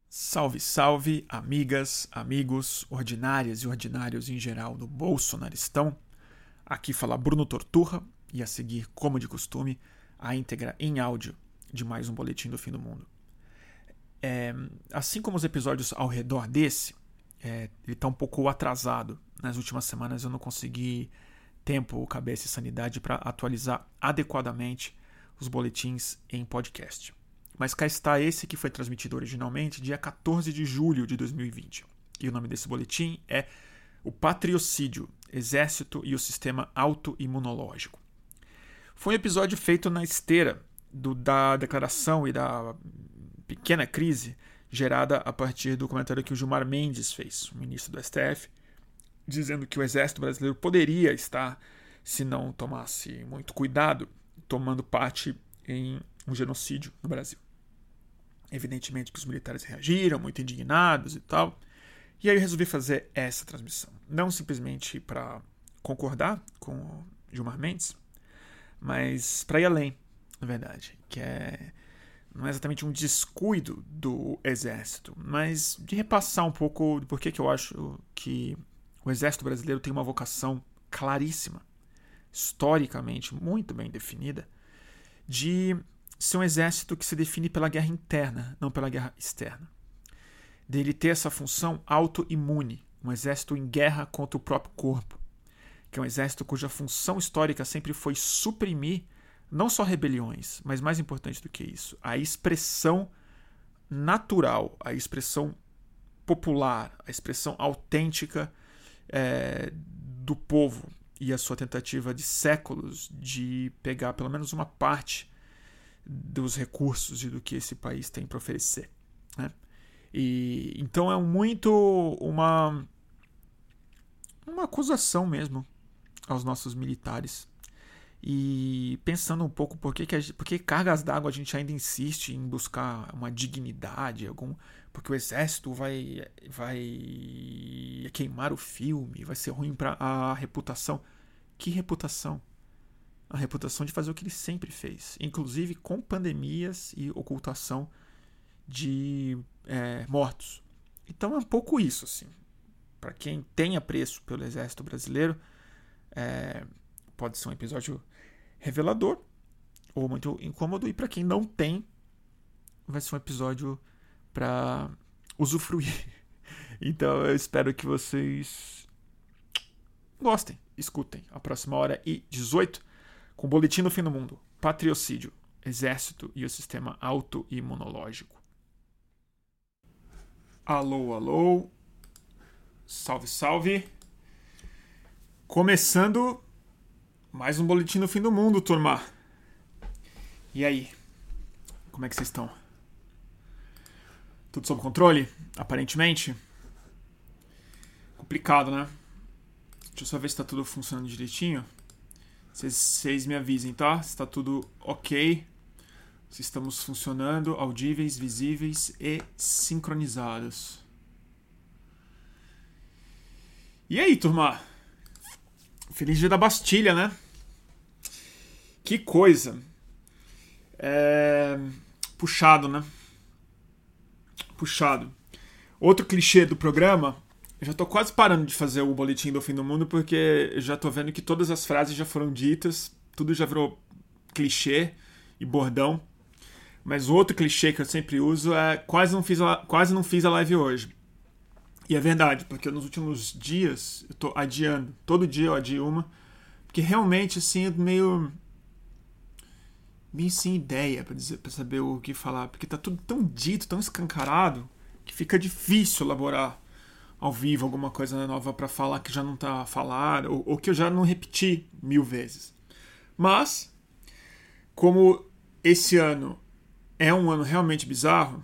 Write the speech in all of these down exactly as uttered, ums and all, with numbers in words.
Salve, salve, amigas, amigos, ordinárias e ordinários em geral do Bolsonaristão. Aqui fala Bruno Torturra e a seguir, como de costume, a íntegra em áudio de mais um Boletim do Fim do Mundo. É, assim como os episódios ao redor desse, é, ele está um pouco atrasado. Nas últimas semanas eu não consegui tempo, cabeça e sanidade para atualizar adequadamente os boletins em podcast. Mas cá está esse que foi transmitido originalmente dia quatorze de julho de dois mil e vinte. E o nome desse boletim é O Patriocídio, Exército e o Sistema Autoimunológico. Foi um episódio feito na esteira do, da declaração e da pequena crise gerada a partir do comentário que o Gilmar Mendes fez, o ministro do S T F, dizendo que o Exército Brasileiro poderia estar, se não tomasse muito cuidado, tomando parte em um genocídio no Brasil. Evidentemente que os militares reagiram, muito indignados e tal. E aí eu resolvi fazer essa transmissão. Não simplesmente para concordar com o Gilmar Mendes, mas para ir além, na verdade. Que é, não é exatamente um descuido do Exército, mas de repassar um pouco de por que eu acho que o Exército Brasileiro tem uma vocação claríssima, historicamente muito bem definida, de ser um exército que se define pela guerra interna, não pela guerra externa. Dele ter essa função autoimune, um exército em guerra contra o próprio corpo, que é um exército cuja função histórica sempre foi suprimir não só rebeliões, mas mais importante do que isso, a expressão natural, a expressão popular, a expressão autêntica é, do povo e a sua tentativa de séculos de pegar pelo menos uma parte dos recursos e do que esse país tem para oferecer, né? E então é muito uma uma acusação mesmo aos nossos militares. E pensando um pouco por que, que, a, por que cargas d'água a gente ainda insiste em buscar uma dignidade, algum, porque o exército vai, vai queimar o filme, vai ser ruim para a reputação. Que reputação? A reputação de fazer o que ele sempre fez, inclusive com pandemias e ocultação de é, mortos. Então é um pouco isso, assim. Para quem tem apreço pelo Exército Brasileiro, é, pode ser um episódio revelador ou muito incômodo, e para quem não tem, vai ser um episódio para usufruir. Então eu espero que vocês gostem, escutem a próxima hora e dezoito com o Boletim do Fim do Mundo, Patriocídio, Exército e o Sistema Autoimunológico. Alô, alô, salve, salve. Começando mais um Boletim do Fim do Mundo, turma. E aí, como é que vocês estão? Tudo sob controle? Aparentemente? Complicado, né? Deixa eu só ver se tá tudo funcionando direitinho. Vocês me avisem, tá? Se tá tudo ok. Se estamos funcionando, audíveis, visíveis e sincronizados. E aí, turma? Feliz dia da Bastilha, né? Que coisa. É... Puxado, né? Puxado. Outro clichê do programa. Eu já tô quase parando de fazer o Boletim do Fim do Mundo, porque eu já tô vendo que todas as frases já foram ditas, tudo já virou clichê e bordão. Mas outro clichê que eu sempre uso é quase não fiz a, quase não fiz a live hoje. E é verdade, porque nos últimos dias eu tô adiando. Todo dia eu adio uma. Porque realmente, assim, eu meio... meio sem ideia pra, dizer, pra saber o que falar. Porque tá tudo tão dito, tão escancarado, que fica difícil elaborar ao vivo alguma coisa nova pra falar que já não tá falado, ou, ou que eu já não repeti mil vezes. Mas, como esse ano é um ano realmente bizarro,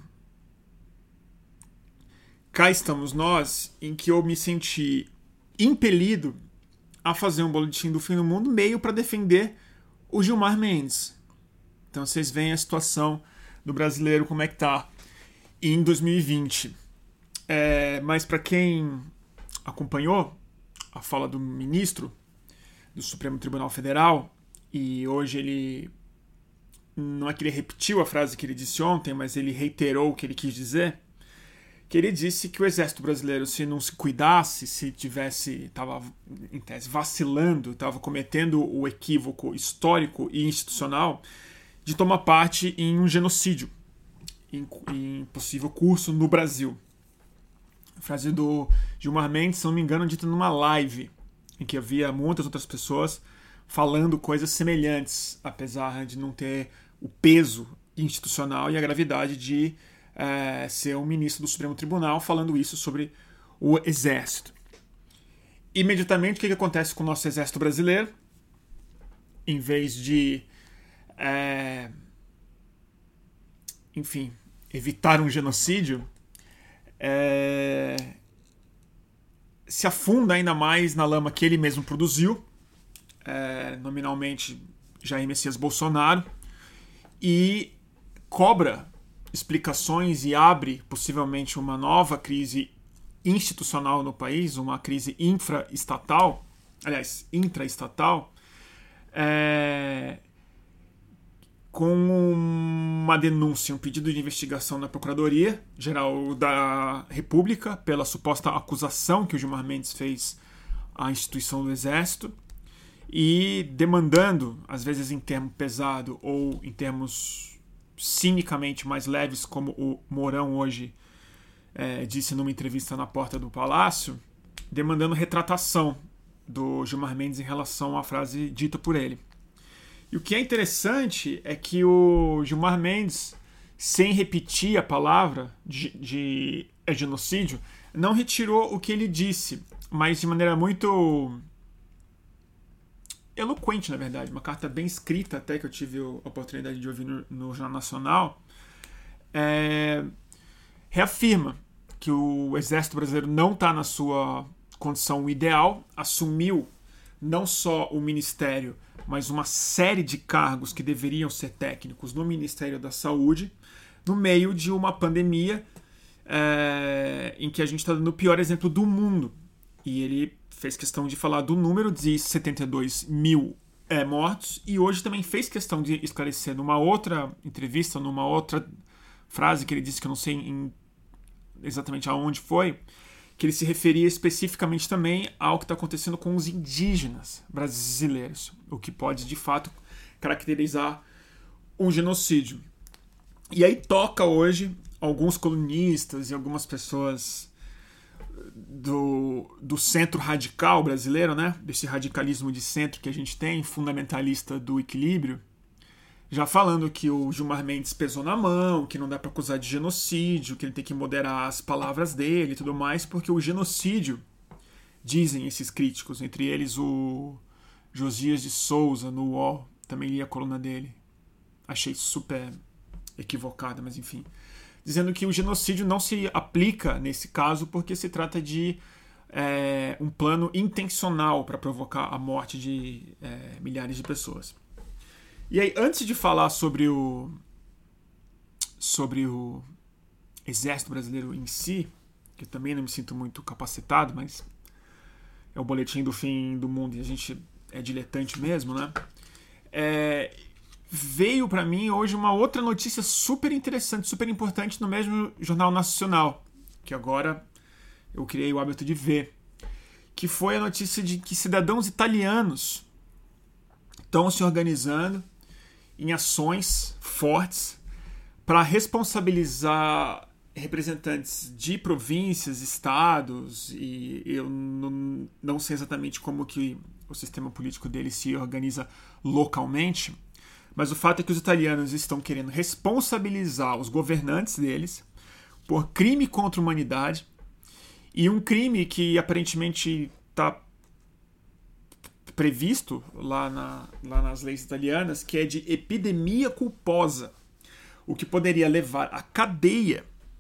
cá estamos nós, em que eu me senti impelido a fazer um Boletim do Fim do Mundo meio para defender o Gilmar Mendes. Então vocês veem a situação do brasileiro, como é que tá em dois mil e vinte. É, mas para quem acompanhou a fala do ministro do Supremo Tribunal Federal, e hoje ele não é que ele repetiu a frase que ele disse ontem, mas ele reiterou o que ele quis dizer, que ele disse que o exército brasileiro, se não se cuidasse, se tivesse, estava em tese vacilando, estava cometendo o equívoco histórico e institucional de tomar parte em um genocídio, em, em possível curso no Brasil. A frase do Gilmar Mendes, se não me engano, dita numa live em que havia muitas outras pessoas falando coisas semelhantes, apesar de não ter o peso institucional e a gravidade de é, ser um ministro do Supremo Tribunal falando isso sobre o Exército. Imediatamente, o que, que acontece com o nosso Exército brasileiro? Em vez de, é, enfim, evitar um genocídio, é, se afunda ainda mais na lama que ele mesmo produziu, é, nominalmente Jair Messias Bolsonaro, e cobra explicações e abre possivelmente uma nova crise institucional no país, uma crise infraestatal, aliás, intraestatal, é, com uma denúncia, um pedido de investigação na Procuradoria-Geral da República pela suposta acusação que o Gilmar Mendes fez à instituição do Exército e demandando, às vezes em termo pesado ou em termos cinicamente mais leves, como o Mourão hoje é, disse numa entrevista na porta do Palácio, demandando retratação do Gilmar Mendes em relação à frase dita por ele. E o que é interessante é que o Gilmar Mendes, sem repetir a palavra de, de é genocídio, não retirou o que ele disse, mas de maneira muito eloquente, na verdade, uma carta bem escrita, até que eu tive a oportunidade de ouvir no, no Jornal Nacional, é, reafirma que o Exército Brasileiro não está na sua condição ideal, assumiu não só o Ministério, mas uma série de cargos que deveriam ser técnicos no Ministério da Saúde, no meio de uma pandemia é, em que a gente está dando o pior exemplo do mundo. E ele fez questão de falar do número de setenta e dois mil é, mortos, e hoje também fez questão de esclarecer numa outra entrevista, numa outra frase que ele disse, que eu não sei em, exatamente aonde foi, que ele se referia especificamente também ao que está acontecendo com os indígenas brasileiros, o que pode, de fato, caracterizar um genocídio. E aí toca hoje alguns colunistas e algumas pessoas do, do centro radical brasileiro, né? Desse radicalismo de centro que a gente tem, fundamentalista do equilíbrio, já falando que o Gilmar Mendes pesou na mão, que não dá para acusar de genocídio, que ele tem que moderar as palavras dele e tudo mais, porque o genocídio, dizem esses críticos, entre eles o Josias de Souza, no U O L, também li a coluna dele, achei super equivocada, mas enfim, dizendo que o genocídio não se aplica nesse caso porque se trata de é, um plano intencional para provocar a morte de é, milhares de pessoas. E aí, antes de falar sobre o sobre o Exército Brasileiro em si, que eu também não me sinto muito capacitado, mas é o boletim do fim do mundo e a gente é diletante mesmo, né? É, veio para mim hoje uma outra notícia super interessante, super importante no mesmo Jornal Nacional, que agora eu criei o hábito de ver, que foi a notícia de que cidadãos italianos estão se organizando em ações fortes para responsabilizar representantes de províncias, estados, e eu não, não sei exatamente como que o sistema político deles se organiza localmente, mas o fato é que os italianos estão querendo responsabilizar os governantes deles por crime contra a humanidade, e um crime que aparentemente está previsto lá, na, lá nas leis italianas, que é de epidemia culposa, o que poderia levar à cadeia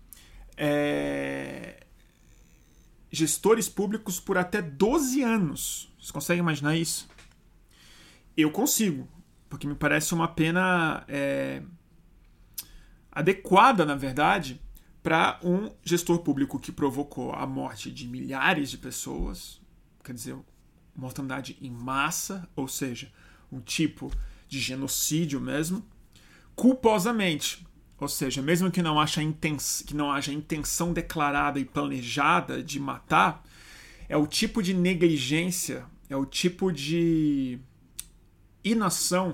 é, gestores públicos por até doze anos. Vocês conseguem imaginar isso? Eu consigo, porque me parece uma pena é, adequada, na verdade, para um gestor público que provocou a morte de milhares de pessoas, quer dizer, mortandade em massa, ou seja, um tipo de genocídio mesmo, culposamente. ou seja, mesmo que não haja, intens- que não haja intenção declarada e planejada de matar, é o tipo de negligência, é o tipo de inação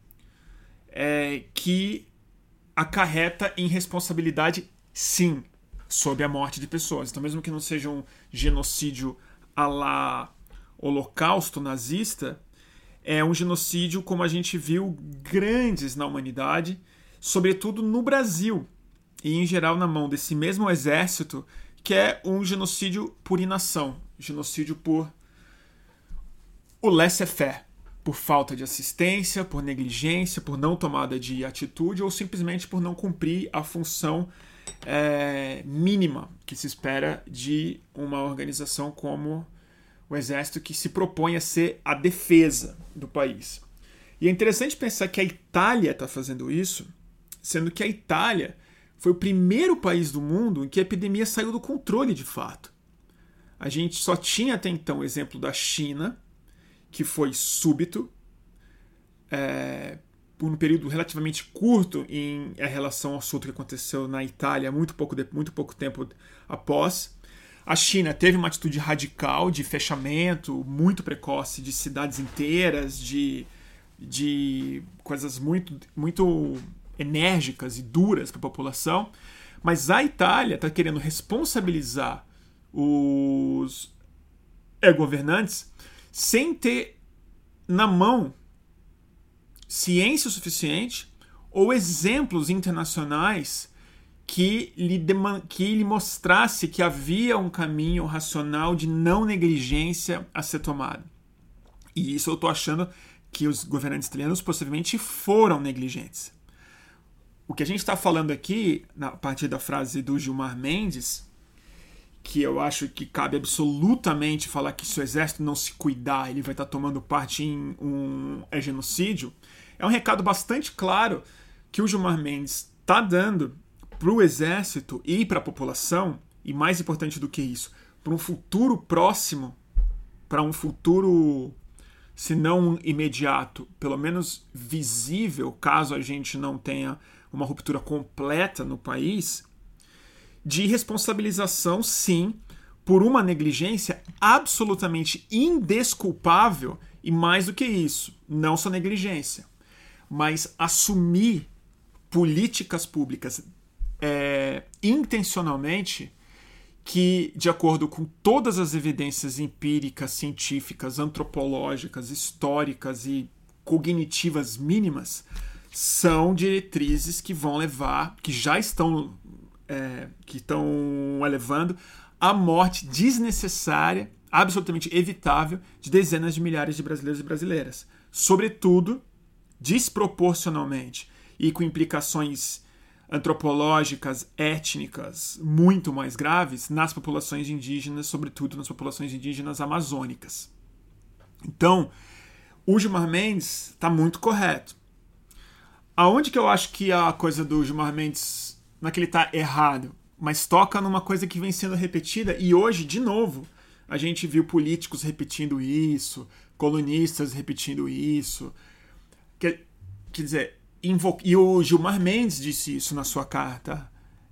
é, que acarreta em responsabilidade, sim, sobre a morte de pessoas. Então, mesmo que não seja um genocídio à la Holocausto nazista, é um genocídio como a gente viu grandes na humanidade, sobretudo no Brasil, e em geral na mão desse mesmo exército, que é um genocídio por inação, genocídio por o laissez-faire, por falta de assistência, por negligência, por não tomada de atitude ou simplesmente por não cumprir a função é, mínima que se espera de uma organização como o Exército, que se propõe a ser a defesa do país. E é interessante pensar que a Itália está fazendo isso, sendo que a Itália foi o primeiro país do mundo em que a epidemia saiu do controle de fato. A gente só tinha até então o exemplo da China, que foi súbito, é, por um período relativamente curto em relação ao surto que aconteceu na Itália muito pouco, muito pouco tempo após. A China teve uma atitude radical de fechamento muito precoce de cidades inteiras, de, de coisas muito, muito enérgicas e duras para a população, mas a Itália está querendo responsabilizar os é, governantes sem ter na mão ciência suficiente ou exemplos internacionais que lhe, que lhe mostrasse que havia um caminho racional de não negligência a ser tomado. E isso eu estou achando que os governantes italianos possivelmente foram negligentes. O que a gente está falando aqui, a partir da frase do Gilmar Mendes, que eu acho que cabe absolutamente falar que se o exército não se cuidar, ele vai estar tomando parte em um é genocídio, é um recado bastante claro que o Gilmar Mendes está dando para o exército e para a população, e mais importante do que isso, para um futuro próximo, para um futuro, se não imediato, pelo menos visível, caso a gente não tenha uma ruptura completa no país, de responsabilização, sim, por uma negligência absolutamente indesculpável e, mais do que isso, não só negligência, mas assumir políticas públicas é, intencionalmente que, de acordo com todas as evidências empíricas, científicas, antropológicas, históricas e cognitivas mínimas, são diretrizes que vão levar, que já estão É, que estão elevando a morte desnecessária, absolutamente evitável, de dezenas de milhares de brasileiros e brasileiras. Sobretudo, desproporcionalmente e com implicações antropológicas, étnicas muito mais graves nas populações indígenas, sobretudo nas populações indígenas amazônicas. Então, o Gilmar Mendes está muito correto. Aonde que eu acho que a coisa do Gilmar Mendes não é que ele está errado, mas toca numa coisa que vem sendo repetida, e hoje, de novo, a gente viu políticos repetindo isso, colunistas repetindo isso. Quer, quer dizer, invo... e o Gilmar Mendes disse isso na sua carta.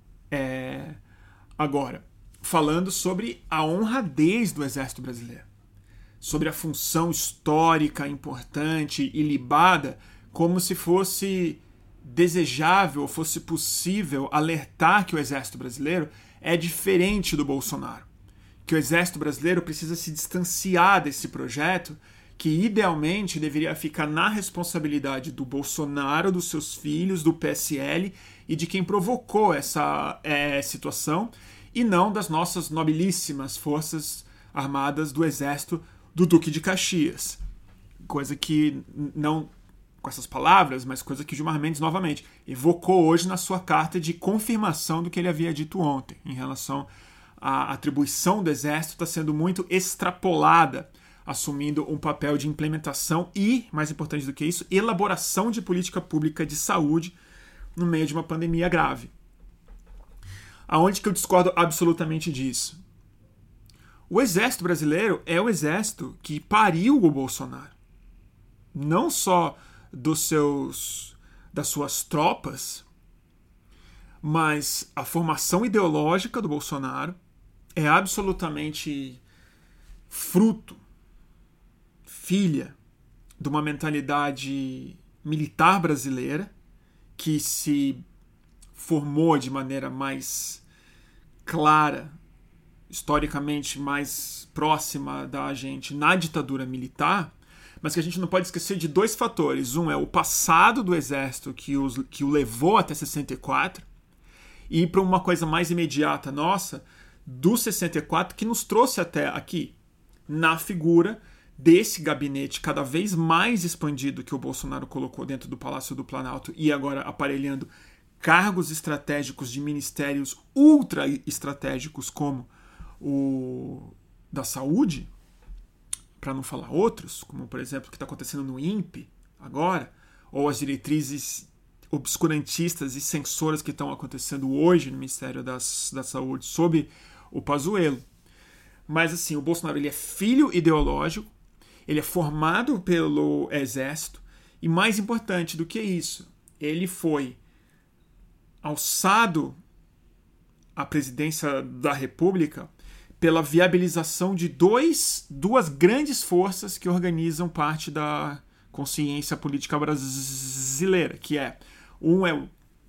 É... Agora, falando sobre a honradez do Exército Brasileiro, sobre a função histórica, importante, ilibada, como se fosse desejável, fosse possível alertar que o Exército Brasileiro é diferente do Bolsonaro, que o Exército Brasileiro precisa se distanciar desse projeto que idealmente deveria ficar na responsabilidade do Bolsonaro, dos seus filhos, do P S L e de quem provocou essa é, situação, e não das nossas nobilíssimas forças armadas do Exército do Duque de Caxias. Coisa que não com essas palavras, mas coisa que Gilmar Mendes, novamente, evocou hoje na sua carta de confirmação do que ele havia dito ontem, em relação à atribuição do Exército está sendo muito extrapolada, assumindo um papel de implementação e, mais importante do que isso, elaboração de política pública de saúde no meio de uma pandemia grave. Aonde que eu discordo absolutamente disso? O Exército Brasileiro é o Exército que pariu o Bolsonaro. Não só dos seus, das suas tropas, mas a formação ideológica do Bolsonaro é absolutamente fruto, filha de uma mentalidade militar brasileira que se formou de maneira mais clara, historicamente mais próxima da gente na ditadura militar, mas que a gente não pode esquecer de dois fatores. Um é o passado do Exército que, os, que o levou até sessenta e quatro, e para uma coisa mais imediata nossa, do sessenta e quatro, que nos trouxe até aqui, na figura desse gabinete cada vez mais expandido que o Bolsonaro colocou dentro do Palácio do Planalto e agora aparelhando cargos estratégicos de ministérios ultra estratégicos como o da saúde, para não falar outros, como por exemplo o que está acontecendo no INPE agora, ou as diretrizes obscurantistas e censoras que estão acontecendo hoje no Ministério das, da Saúde sob o Pazuello. Mas assim, o Bolsonaro ele é filho ideológico, ele é formado pelo Exército e, mais importante do que isso, ele foi alçado à presidência da República pela viabilização de dois, duas grandes forças que organizam parte da consciência política brasileira, que é um é o,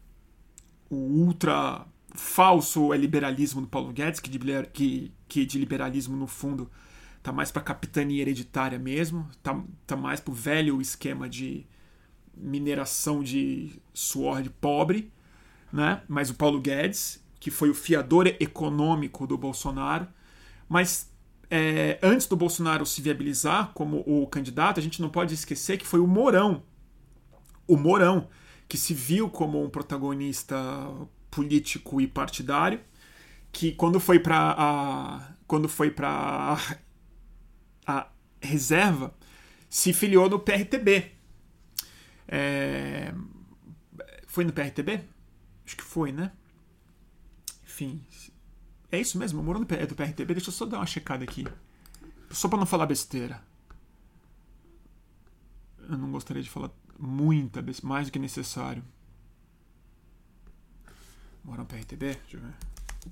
o ultra falso liberalismo do Paulo Guedes, que de, que, que de liberalismo no fundo tá mais para capitania hereditária mesmo, tá, tá mais pro velho esquema de mineração de suor de pobre, né? Mas o Paulo Guedes, que foi o fiador econômico do Bolsonaro, mas é, antes do Bolsonaro se viabilizar como o candidato, a gente não pode esquecer que foi o Mourão, o Mourão, que se viu como um protagonista político e partidário, que quando foi para quando foi para a reserva, se filiou no P R T B. É... Foi no P R T B? Acho que foi, né? Enfim. É isso mesmo? O Mourão é do P R T B? Deixa eu só dar uma checada aqui. Só para não falar besteira. Eu não gostaria de falar muita besteira, mais do que necessário. Mourão P R T B? Deixa eu ver.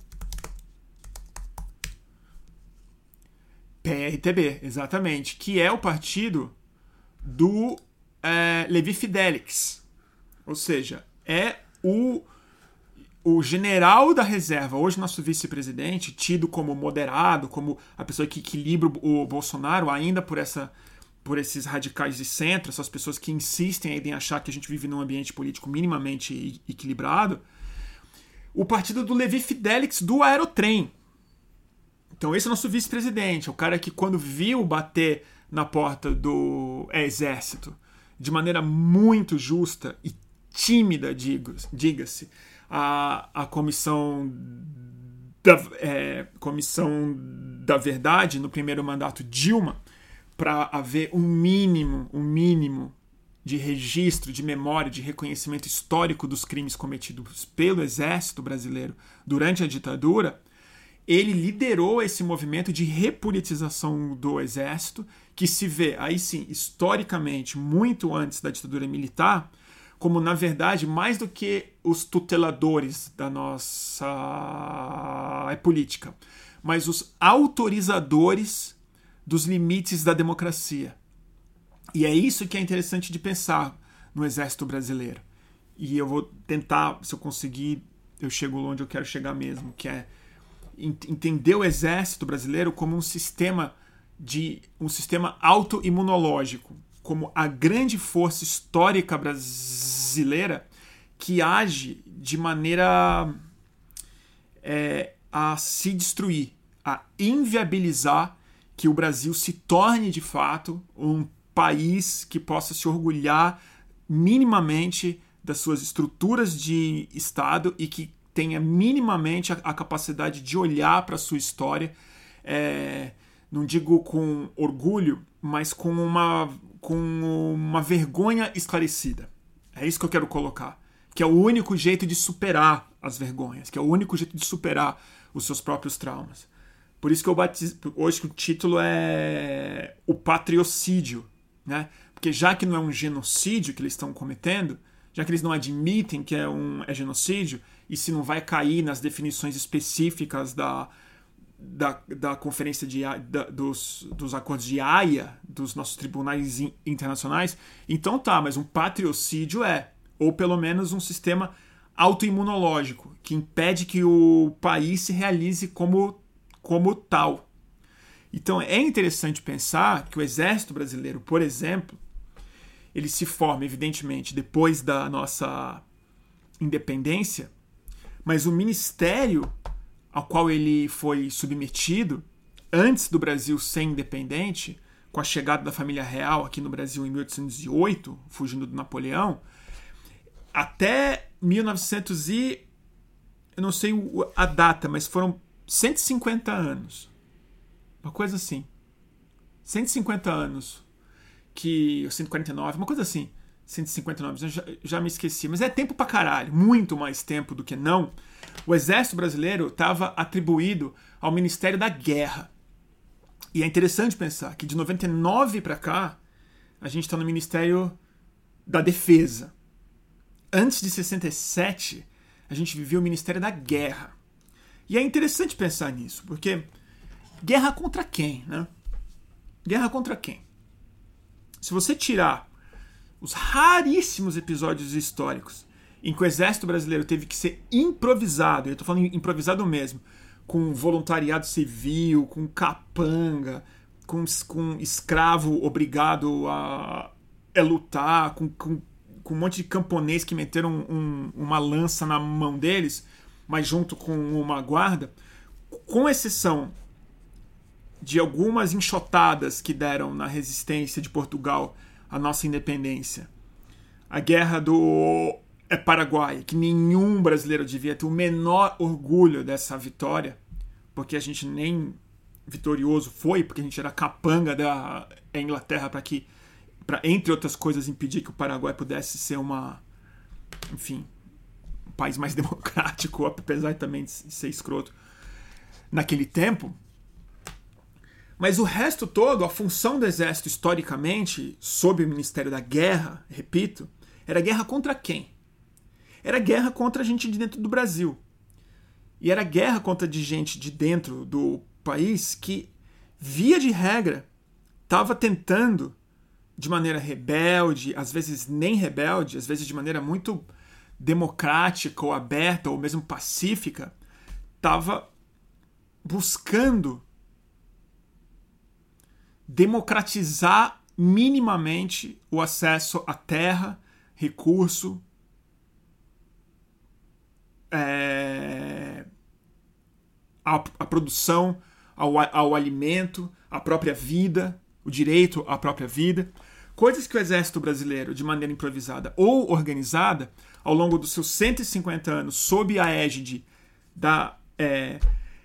P R T B, exatamente, que é o partido do é, Levi Fidelix, ou seja, é o, o general da reserva, hoje nosso vice-presidente, tido como moderado, como a pessoa que equilibra o Bolsonaro, ainda por, essa, por esses radicais de centro, essas pessoas que insistem em achar que a gente vive num ambiente político minimamente equilibrado, o partido do Levi Fidelix do Aerotrem. Então esse é o nosso vice-presidente, o cara que quando viu bater na porta do exército de maneira muito justa e tímida, diga-se, a, a comissão da, é, comissão da verdade no primeiro mandato Dilma, para haver um mínimo, um mínimo de registro, de memória, de reconhecimento histórico dos crimes cometidos pelo exército brasileiro durante a ditadura, ele liderou esse movimento de repolitização do exército, que se vê, aí sim, historicamente, muito antes da ditadura militar, como, na verdade, mais do que os tuteladores da nossa política, mas os autorizadores dos limites da democracia. E é isso que é interessante de pensar no exército brasileiro. E eu vou tentar, se eu conseguir, eu chego onde eu quero chegar mesmo, que é entender o exército brasileiro como um sistema de um sistema autoimunológico, como a grande força histórica brasileira que age de maneira é, a se destruir, a inviabilizar que o Brasil se torne de fato um país que possa se orgulhar minimamente das suas estruturas de Estado e que tenha minimamente a, a capacidade de olhar para a sua história, é, não digo com orgulho, mas com uma, com uma vergonha esclarecida. É isso que eu quero colocar. Que é o único jeito de superar as vergonhas, que é o único jeito de superar os seus próprios traumas. Por isso que eu batizo, hoje o título é o patriocídio, né? Porque já que não é um genocídio que eles estão cometendo, já que eles não admitem que é, um, é genocídio, e se não vai cair nas definições específicas da, da, da conferência de, da, dos, dos acordos de Haia, dos nossos tribunais internacionais, então tá, mas um patriocídio é, ou pelo menos um sistema autoimunológico, que impede que o país se realize como, como tal. Então é interessante pensar que o Exército Brasileiro, por exemplo, ele se forma, evidentemente, depois da nossa independência, mas o ministério ao qual ele foi submetido, antes do Brasil ser independente, com a chegada da família real aqui no Brasil em mil oitocentos e oito, fugindo do Napoleão, até mil e novecentos e... eu não sei a data, mas foram cento e cinquenta anos. Uma coisa assim. cento e cinquenta anos. Que, cento e quarenta e nove, uma coisa assim. cento e cinquenta e nove, eu já, já me esqueci. Mas é tempo pra caralho. Muito mais tempo do que não. O Exército Brasileiro estava atribuído ao Ministério da Guerra. E é interessante pensar que de noventa e nove pra cá, a gente está no Ministério da Defesa. Antes de sessenta e sete, a gente vivia o Ministério da Guerra. E é interessante pensar nisso, porque guerra contra quem, né? Guerra contra quem? Se você tirar os raríssimos episódios históricos em que o Exército Brasileiro teve que ser improvisado, eu estou falando improvisado mesmo, com voluntariado civil, com capanga, com, com escravo obrigado a, a lutar, com, com, com um monte de camponês que meteram um, uma lança na mão deles, mas junto com uma guarda, com exceção de algumas enxotadas que deram na resistência de Portugal à nossa independência. A guerra do é Paraguai, que nenhum brasileiro devia ter o menor orgulho dessa vitória, porque a gente nem vitorioso foi, porque a gente era capanga da Inglaterra para que, para, entre outras coisas, impedir que o Paraguai pudesse ser uma, enfim, um país mais democrático, apesar também de ser escroto naquele tempo. Mas o resto todo, a função do exército historicamente, sob o Ministério da Guerra, repito, era guerra contra quem? Era guerra contra a gente de dentro do Brasil. E era guerra contra de gente de dentro do país que, via de regra, estava tentando, de maneira rebelde, às vezes nem rebelde, às vezes de maneira muito democrática ou aberta ou mesmo pacífica, estava buscando democratizar minimamente o acesso à terra, recurso, é, a, a produção, ao, ao alimento, à própria vida, o direito à própria vida. Coisas que o Exército Brasileiro, de maneira improvisada ou organizada, ao longo dos seus cento e cinquenta anos, sob a égide da, é,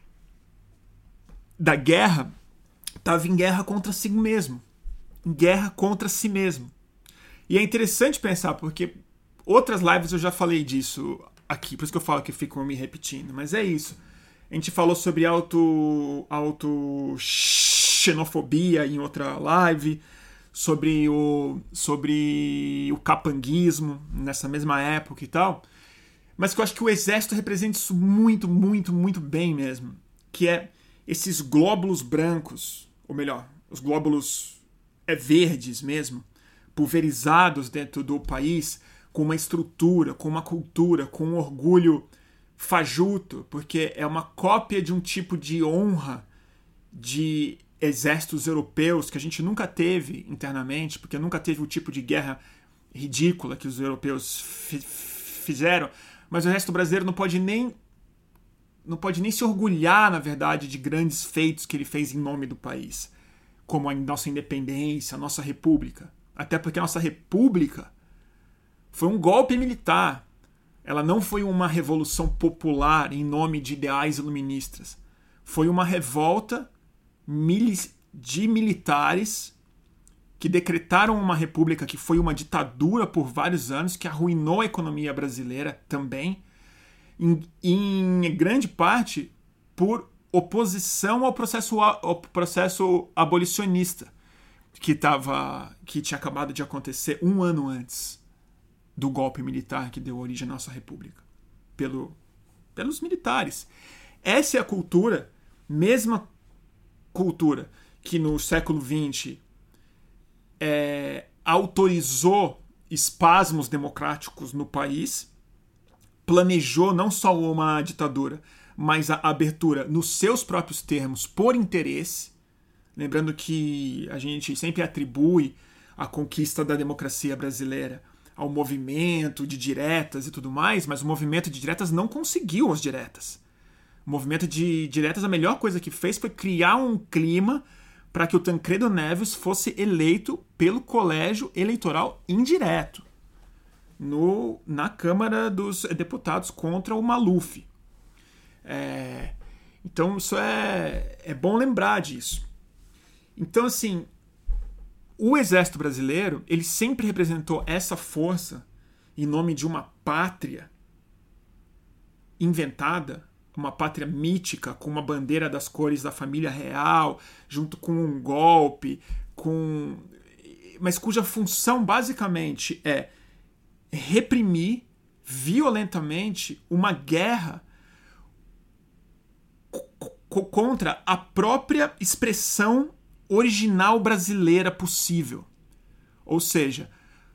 da guerra, estava em guerra contra si mesmo. Em guerra contra si mesmo. E é interessante pensar, porque outras lives eu já falei disso aqui, por isso que eu falo que fico me repetindo, mas é isso. A gente falou sobre auto, auto xenofobia em outra live, sobre o, sobre o capanguismo nessa mesma época e tal, mas que eu acho que o exército representa isso muito, muito, muito bem mesmo, que é esses glóbulos brancos, ou melhor, os glóbulos é, verdes mesmo, pulverizados dentro do país, com uma estrutura, com uma cultura, com um orgulho fajuto, porque é uma cópia de um tipo de honra de exércitos europeus que a gente nunca teve internamente, porque nunca teve o tipo de guerra ridícula que os europeus f- fizeram, mas o exército brasileiro não pode nem não pode nem se orgulhar, na verdade, de grandes feitos que ele fez em nome do país, como a nossa independência, a nossa república. Até porque a nossa república foi um golpe militar. Ela não foi uma revolução popular em nome de ideais iluministas. Foi uma revolta de militares que decretaram uma república que foi uma ditadura por vários anos, que arruinou a economia brasileira também, em, em grande parte por oposição ao processo, ao processo abolicionista que, tava, que tinha acabado de acontecer um ano antes. do golpe militar que deu origem à nossa república. Pelo, pelos militares. Essa é a cultura, mesma cultura que no século vinte é, autorizou espasmos democráticos no país, planejou não só uma ditadura, mas a abertura nos seus próprios termos por interesse. Lembrando que a gente sempre atribui a conquista da democracia brasileira ao movimento de diretas e tudo mais, mas o movimento de diretas não conseguiu as diretas. O movimento de diretas, a melhor coisa que fez foi criar um clima para que o Tancredo Neves fosse eleito pelo colégio eleitoral indireto no, na Câmara dos Deputados contra o Maluf. É, então isso é, é bom lembrar disso. Então, assim, o exército brasileiro, ele sempre representou essa força em nome de uma pátria inventada, uma pátria mítica, com uma bandeira das cores da família real, junto com um golpe, com... mas cuja função basicamente é reprimir violentamente uma guerra contra a própria expressão original brasileira possível. Ou seja,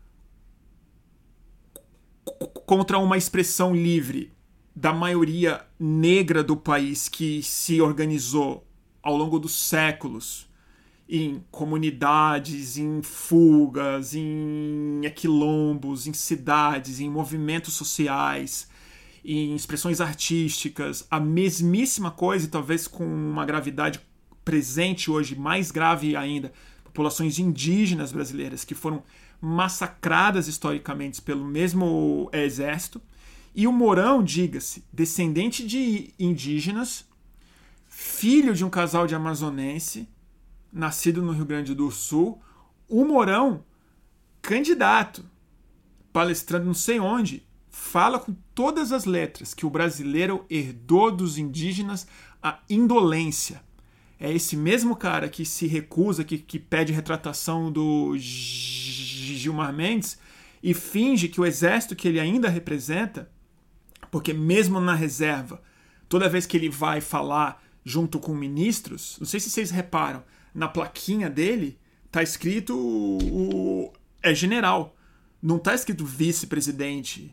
contra uma expressão livre da maioria negra do país que se organizou ao longo dos séculos em comunidades, em fugas, em quilombos, em cidades, em movimentos sociais, em expressões artísticas, a mesmíssima coisa, e talvez com uma gravidade presente hoje, mais grave ainda, populações indígenas brasileiras que foram massacradas historicamente pelo mesmo exército. E o Mourão, diga-se, descendente de indígenas, filho de um casal de amazonense, nascido no Rio Grande do Sul, o Mourão, candidato, palestrando não sei onde, fala com todas as letras que o brasileiro herdou dos indígenas a indolência. É esse mesmo cara que se recusa, que, que pede retratação do Gilmar Mendes e finge que o exército que ele ainda representa, porque mesmo na reserva, toda vez que ele vai falar junto com ministros, não sei se vocês reparam, na plaquinha dele tá escrito o, é general, não tá escrito vice-presidente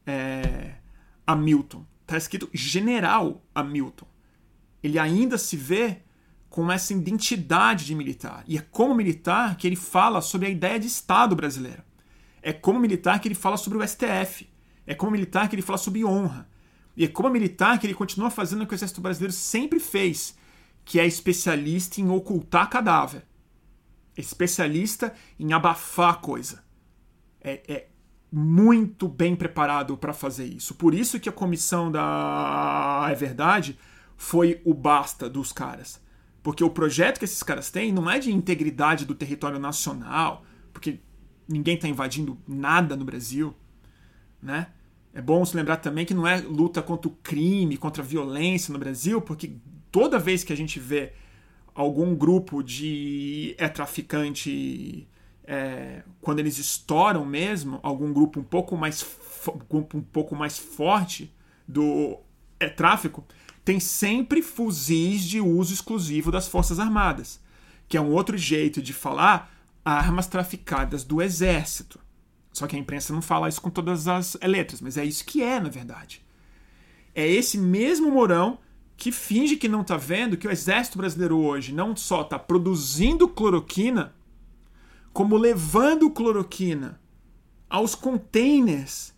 é, Hamilton, tá escrito general Hamilton. Ele ainda se vê com essa identidade de militar, e é como militar que ele fala sobre a ideia de Estado brasileiro, é como militar que ele fala sobre o S T F, é como militar que ele fala sobre honra, e é como militar que ele continua fazendo o que o exército brasileiro sempre fez, que é especialista em ocultar cadáver, especialista em abafar a coisa. É, é muito bem preparado para fazer isso. Por isso que a comissão da É Verdade foi o basta dos caras. Porque o projeto que esses caras têm não é de integridade do território nacional, porque ninguém está invadindo nada no Brasil, né? É bom se lembrar também que não é luta contra o crime, contra a violência no Brasil, porque toda vez que a gente vê algum grupo de é, traficante, é, quando eles estouram mesmo, algum grupo um pouco mais, grupo um pouco mais forte do é, tráfico, tem sempre fuzis de uso exclusivo das Forças Armadas, que é um outro jeito de falar armas traficadas do Exército. Só que a imprensa não fala isso com todas as letras, mas é isso que é, na verdade. É esse mesmo Mourão que finge que não está vendo que o Exército Brasileiro hoje não só está produzindo cloroquina, como levando cloroquina aos containers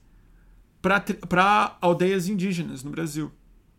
para aldeias indígenas no Brasil.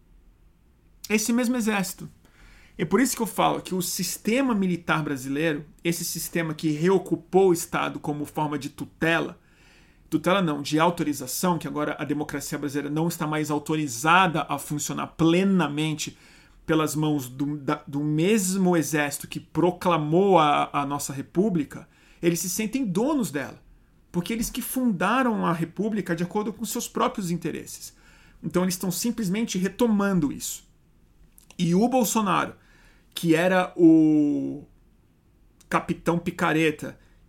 Esse mesmo exército. É por isso que eu falo que o sistema militar brasileiro, esse sistema que reocupou o Estado como forma de tutela, tutela não, de autorização, que agora a democracia brasileira não está mais autorizada a funcionar plenamente pelas mãos do, da, do mesmo exército que proclamou a, a nossa república, eles se sentem donos dela, porque eles que fundaram a república de acordo com seus próprios interesses. Então eles estão simplesmente retomando isso. E o Bolsonaro, que era o capitão picareta,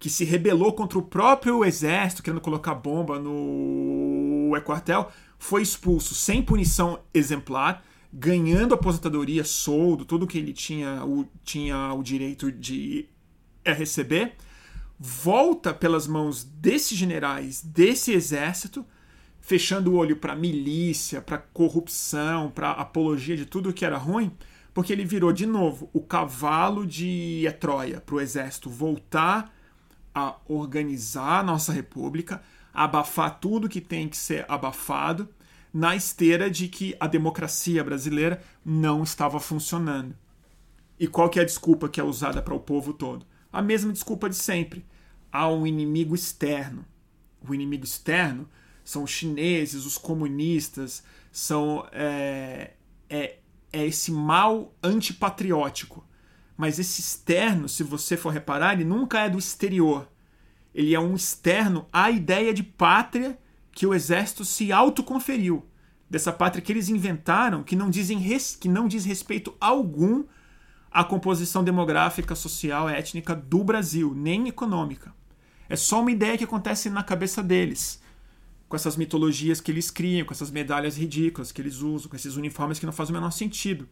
que se rebelou contra o próprio exército, querendo colocar bomba no quartel, foi expulso sem punição exemplar, ganhando aposentadoria, soldo, tudo que ele tinha o, tinha o direito de receber, volta pelas mãos desses generais, desse exército, fechando o olho para milícia, para corrupção, para apologia de tudo que era ruim, porque ele virou de novo o cavalo de Troia para o exército voltar a organizar a nossa república, abafar tudo que tem que ser abafado, na esteira de que a democracia brasileira não estava funcionando. E qual que é a desculpa que é usada para o povo todo? A mesma desculpa de sempre. Há um inimigo externo. O inimigo externo são os chineses, os comunistas, são é, é, é esse mal antipatriótico. Mas esse externo, se você for reparar, ele nunca é do exterior. Ele é um externo à ideia de pátria que o exército se autoconferiu. Dessa pátria que eles inventaram, que não, dizem res, que não diz respeito algum à composição demográfica, social, étnica do Brasil, nem econômica. É só uma ideia que acontece na cabeça deles, com essas mitologias que eles criam, com essas medalhas ridículas que eles usam, com esses uniformes que não fazem o menor sentido.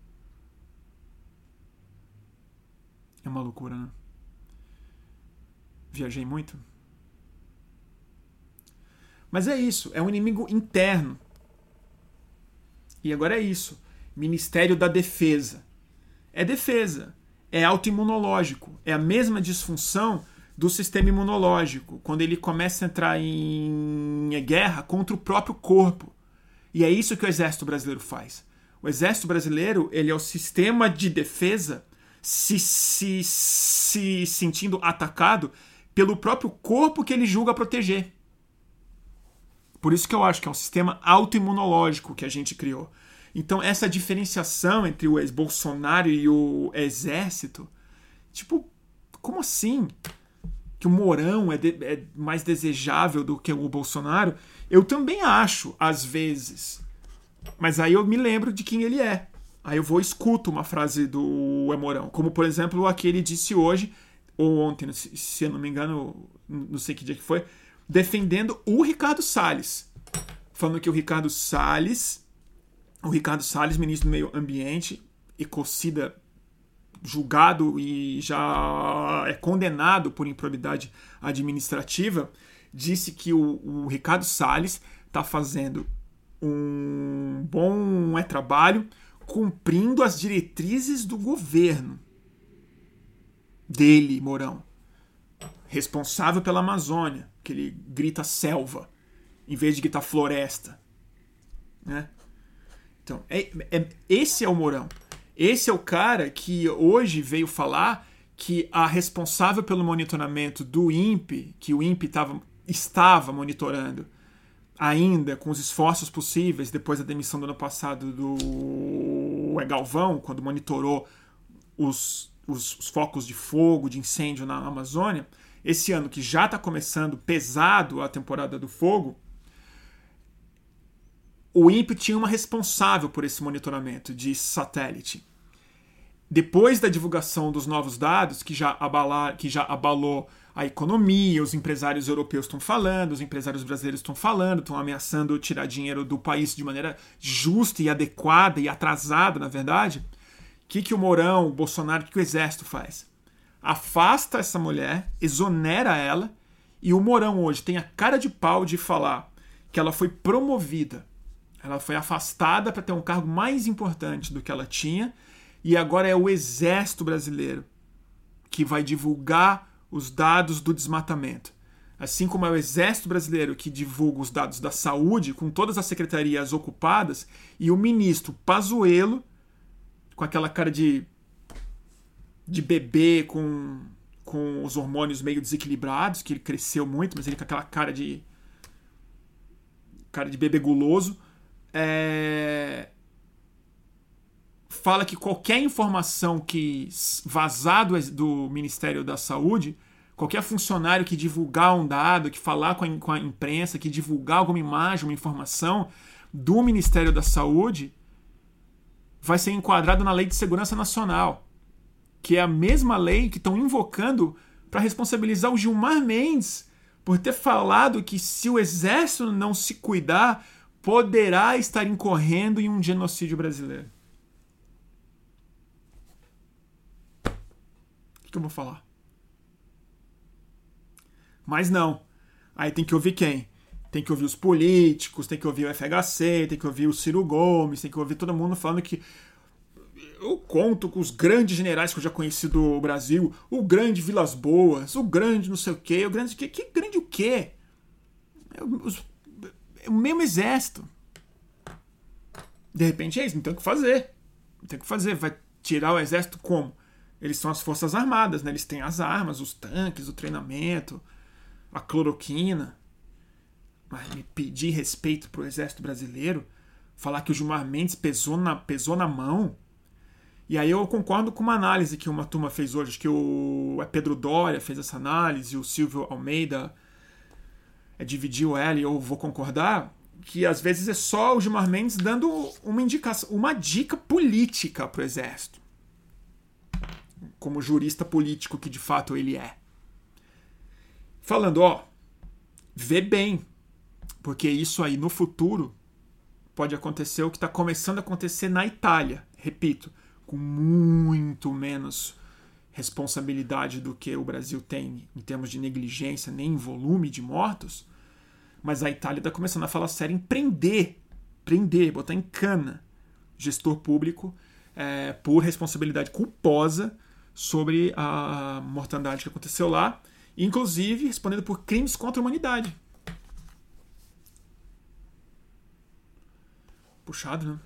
É uma loucura, né? Viajei muito. Mas é isso, é um inimigo interno. E agora é isso. Ministério da Defesa. É defesa. É autoimunológico. É a mesma disfunção do sistema imunológico, quando ele começa a entrar em guerra contra o próprio corpo. E é isso que o Exército Brasileiro faz. O Exército Brasileiro, ele é o sistema de defesa se, se, se sentindo atacado pelo próprio corpo que ele julga proteger. Por isso que eu acho que é um sistema autoimunológico que a gente criou. Então, essa diferenciação entre o ex-Bolsonaro e o exército, tipo, como assim? Que o Mourão é, de, é mais desejável do que o Bolsonaro? Eu também acho, às vezes. Mas aí eu me lembro de quem ele é. Aí eu vou e escuto uma frase do Mourão. Como, por exemplo, a que ele disse hoje, ou ontem, se eu não me engano, não sei que dia que foi, defendendo o Ricardo Salles. Falando que o Ricardo Salles, o Ricardo Salles, ministro do Meio Ambiente, ecocida julgado e já é condenado por improbidade administrativa, disse que o, o Ricardo Salles está fazendo um bom é, trabalho cumprindo as diretrizes do governo dele, Mourão. Responsável pela Amazônia, que ele grita selva, em vez de gritar floresta. Né? Então, é, é, esse é o Mourão. Esse é o cara que hoje veio falar que a responsável pelo monitoramento do I N P E, que o I N P E tava, estava monitorando ainda com os esforços possíveis depois da demissão do ano passado do Galvão, quando monitorou os, os, os focos de fogo, de incêndio na Amazônia, esse ano que já está começando pesado a temporada do fogo, o I N P E tinha uma responsável por esse monitoramento de satélite. Depois da divulgação dos novos dados, que já, abalar, que já abalou a economia, os empresários europeus estão falando, os empresários brasileiros estão falando, estão ameaçando tirar dinheiro do país de maneira justa e adequada e atrasada, na verdade, o que, que o Mourão, o Bolsonaro, o que, que o Exército faz? Afasta essa mulher, exonera ela, e o Mourão hoje tem a cara de pau de falar que ela foi promovida. Ela foi afastada para ter um cargo mais importante do que ela tinha, e agora é o Exército Brasileiro que vai divulgar os dados do desmatamento. Assim como é o Exército Brasileiro que divulga os dados da saúde, com todas as secretarias ocupadas, e o ministro Pazuello, com aquela cara de, de bebê, com, com os hormônios meio desequilibrados, que ele cresceu muito, mas ele com aquela cara de, cara de bebê guloso, É... fala que qualquer informação que vazar do, do Ministério da Saúde, qualquer funcionário que divulgar um dado, que falar com a, com a imprensa, que divulgar alguma imagem, uma informação do Ministério da Saúde, vai ser enquadrado na Lei de Segurança Nacional, que é a mesma lei que estão invocando para responsabilizar o Gilmar Mendes por ter falado que se o exército não se cuidar, poderá estar incorrendo em um genocídio brasileiro. O que eu vou falar? Mas não. Aí tem que ouvir quem? Tem que ouvir os políticos, tem que ouvir o F H C, tem que ouvir o Ciro Gomes, tem que ouvir todo mundo falando que eu conto com os grandes generais que eu já conheci do Brasil, o grande Vilas Boas, o grande não sei o quê, o grande... Que, que grande o quê? É o, os, é o mesmo exército. De repente é isso, não tem o que fazer. Não tem o que fazer. Vai tirar o exército como? Eles são as forças armadas, né? Eles têm as armas, os tanques, o treinamento, a cloroquina. Mas me pedir respeito pro exército brasileiro, falar que o Gilmar Mendes pesou na, pesou na mão. E aí eu concordo com uma análise que uma turma fez hoje, acho que o é Pedro Doria fez essa análise, o Silvio Almeida é, dividiu ela, e eu vou concordar, que às vezes é só o Gilmar Mendes dando uma indicação, uma dica política pro exército. Como jurista político que de fato ele é. Falando, ó, vê bem, porque isso aí no futuro pode acontecer o que está começando a acontecer na Itália. Repito, com muito menos responsabilidade do que o Brasil tem em termos de negligência, nem em volume de mortos, mas a Itália está começando a falar sério em prender, prender, botar em cana gestor público é, por responsabilidade culposa sobre a mortandade que aconteceu lá, inclusive respondendo por crimes contra a humanidade. Puxado, né?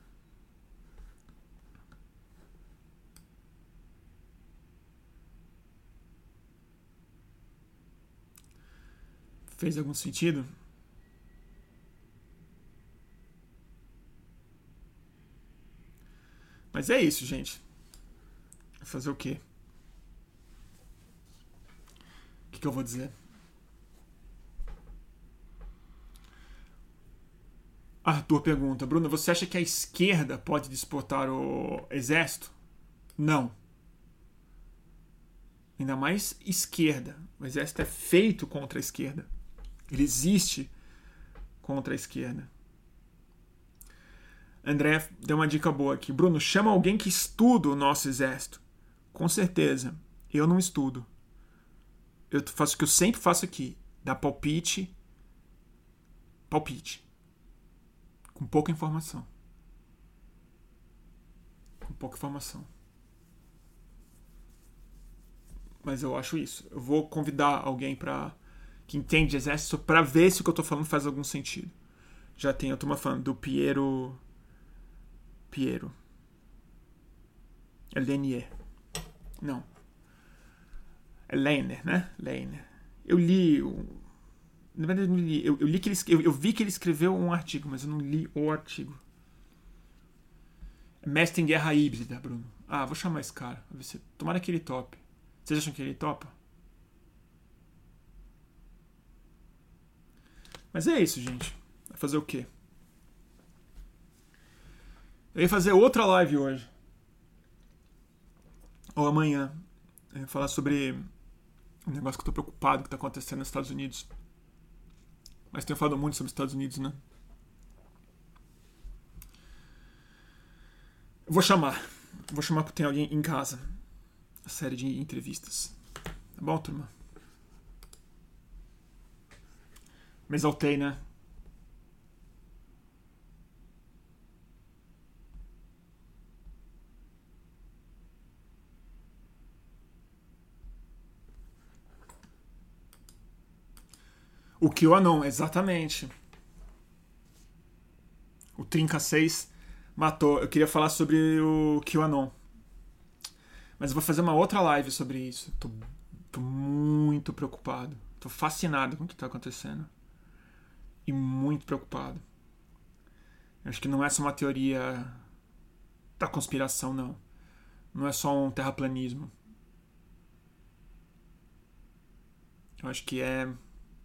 Fez algum sentido? Mas é isso, gente. Fazer o quê? O que, que eu vou dizer? Arthur pergunta, Bruno, você acha que a esquerda pode disputar o exército? Não. Ainda mais esquerda. O exército é feito contra a esquerda. Ele existe contra a esquerda. André deu uma dica boa aqui. Bruno, chama alguém que estuda o nosso exército. Com certeza. Eu não estudo. Eu faço o que eu sempre faço aqui. Dar palpite. Palpite. Com pouca informação. Com pouca informação. Mas eu acho isso. Eu vou convidar alguém pra, que entende de exército para ver se o que eu tô falando faz algum sentido. Já tem, eu tô falando do Piero... Piero. É Lenier. Não. É Leiner, né? Leiner. Eu li... Na verdade, eu não li. Eu, eu, li que ele, eu, eu vi que ele escreveu um artigo, mas eu não li o artigo. É Mestre em Guerra Híbrida, Bruno. Ah, vou chamar esse cara. Ver se... Tomara que ele tope. Vocês acham que ele topa? Mas é isso, gente. Vai fazer o quê? Eu ia fazer outra live hoje. Ou amanhã. Eu ia falar sobre um negócio que eu tô preocupado que tá acontecendo nos Estados Unidos. Mas tenho falado muito sobre os Estados Unidos, né? Eu vou chamar. Vou chamar porque tem alguém em casa. A série de entrevistas. Tá bom, turma? Me exaltei, né? O QAnon, exatamente. O Trinca seis matou. Eu queria falar sobre o QAnon. Mas eu vou fazer uma outra live sobre isso. Tô, tô muito preocupado. Tô fascinado com o que tá acontecendo. E muito preocupado. Eu acho que não é só uma teoria da conspiração, não. Não é só um terraplanismo. Eu acho que é...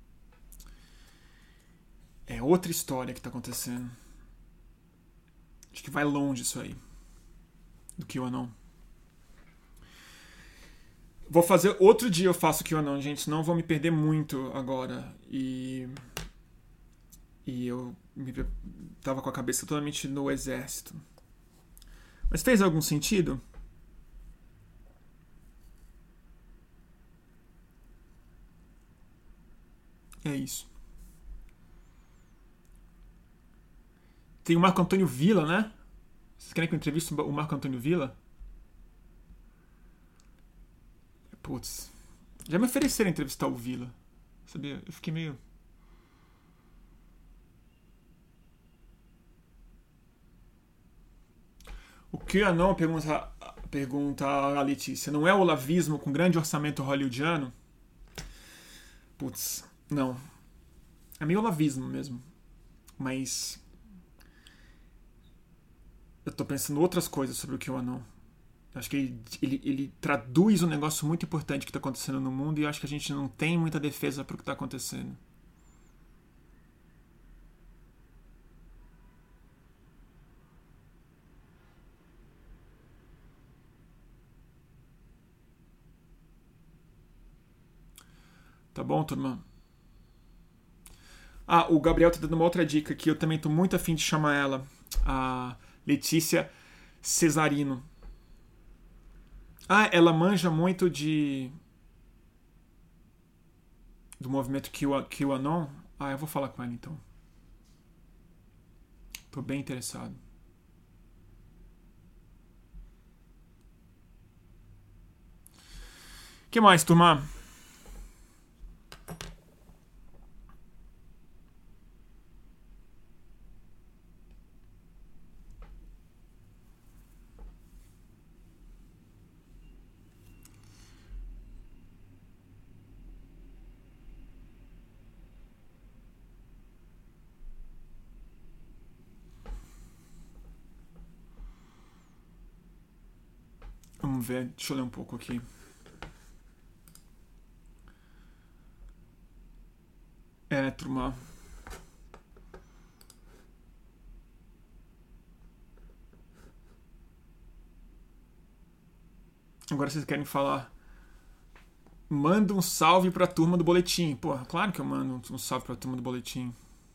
É outra história que tá acontecendo. Acho que vai longe isso aí. Do QAnon. Vou fazer outro dia, eu faço QAnon, gente. Não vou me perder muito agora. E. E eu me, tava com a cabeça totalmente no exército. Mas fez algum sentido? É isso. Tem o Marco Antônio Villa, né? Vocês querem que eu entreviste o Marco Antônio Villa? Putz. Já me ofereceram entrevistar o Villa. Sabia? Eu fiquei meio. O QAnon, pergunta, pergunta a Letícia, não é o olavismo com grande orçamento hollywoodiano? Putz, não. É meio olavismo mesmo. Mas. Eu tô pensando outras coisas sobre o QAnon. Eu acho que ele, ele, ele traduz um negócio muito importante que está acontecendo no mundo e eu acho que a gente não tem muita defesa para o que está acontecendo. Tá bom, turma? Ah, o Gabriel tá dando uma outra dica que eu também tô muito afim de chamar ela. A Letícia Cesarino. Ah, ela manja muito de. Do movimento QAnon. Ah, eu vou falar com ela então. Tô bem interessado. O que mais, turma? Vamos ver, deixa eu ler um pouco aqui. É, turma. Agora vocês querem falar. Manda um salve pra turma do boletim. Pô, claro que eu mando um salve pra turma do boletim.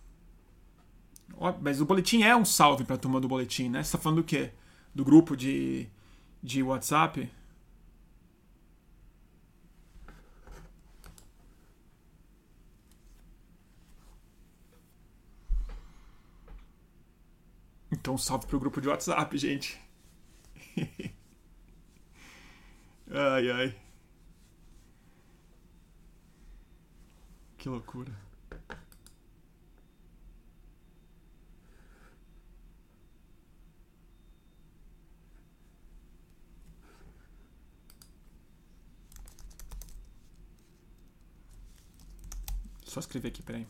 Ó, mas o boletim é um salve pra turma do boletim, né? Você tá falando do quê? Do grupo de, de WhatsApp? Então, salve pro grupo de WhatsApp, gente. Ai, ai. Que loucura. Só escrever aqui, peraí.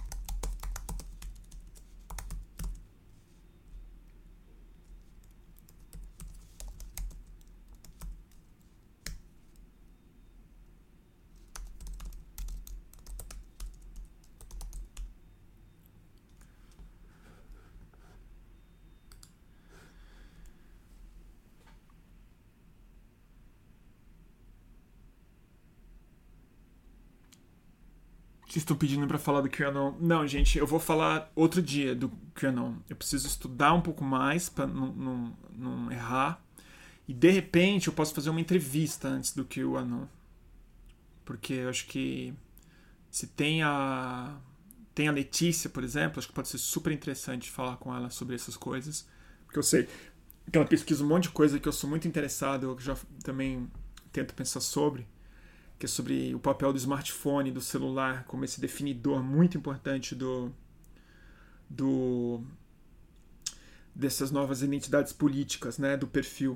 Vocês estão pedindo pra falar do QAnon. Não, gente, eu vou falar outro dia do QAnon. Eu preciso estudar um pouco mais pra não, não, não errar. E de repente eu posso fazer uma entrevista antes do QAnon. Porque eu acho que se tem a. Tem a Letícia, por exemplo, acho que pode ser super interessante falar com ela sobre essas coisas. Porque eu sei que ela pesquisa um monte de coisa que eu sou muito interessado, eu já também tento pensar sobre. Que é sobre o papel do smartphone, do celular, como esse definidor muito importante do, do dessas novas identidades políticas, né, do perfil.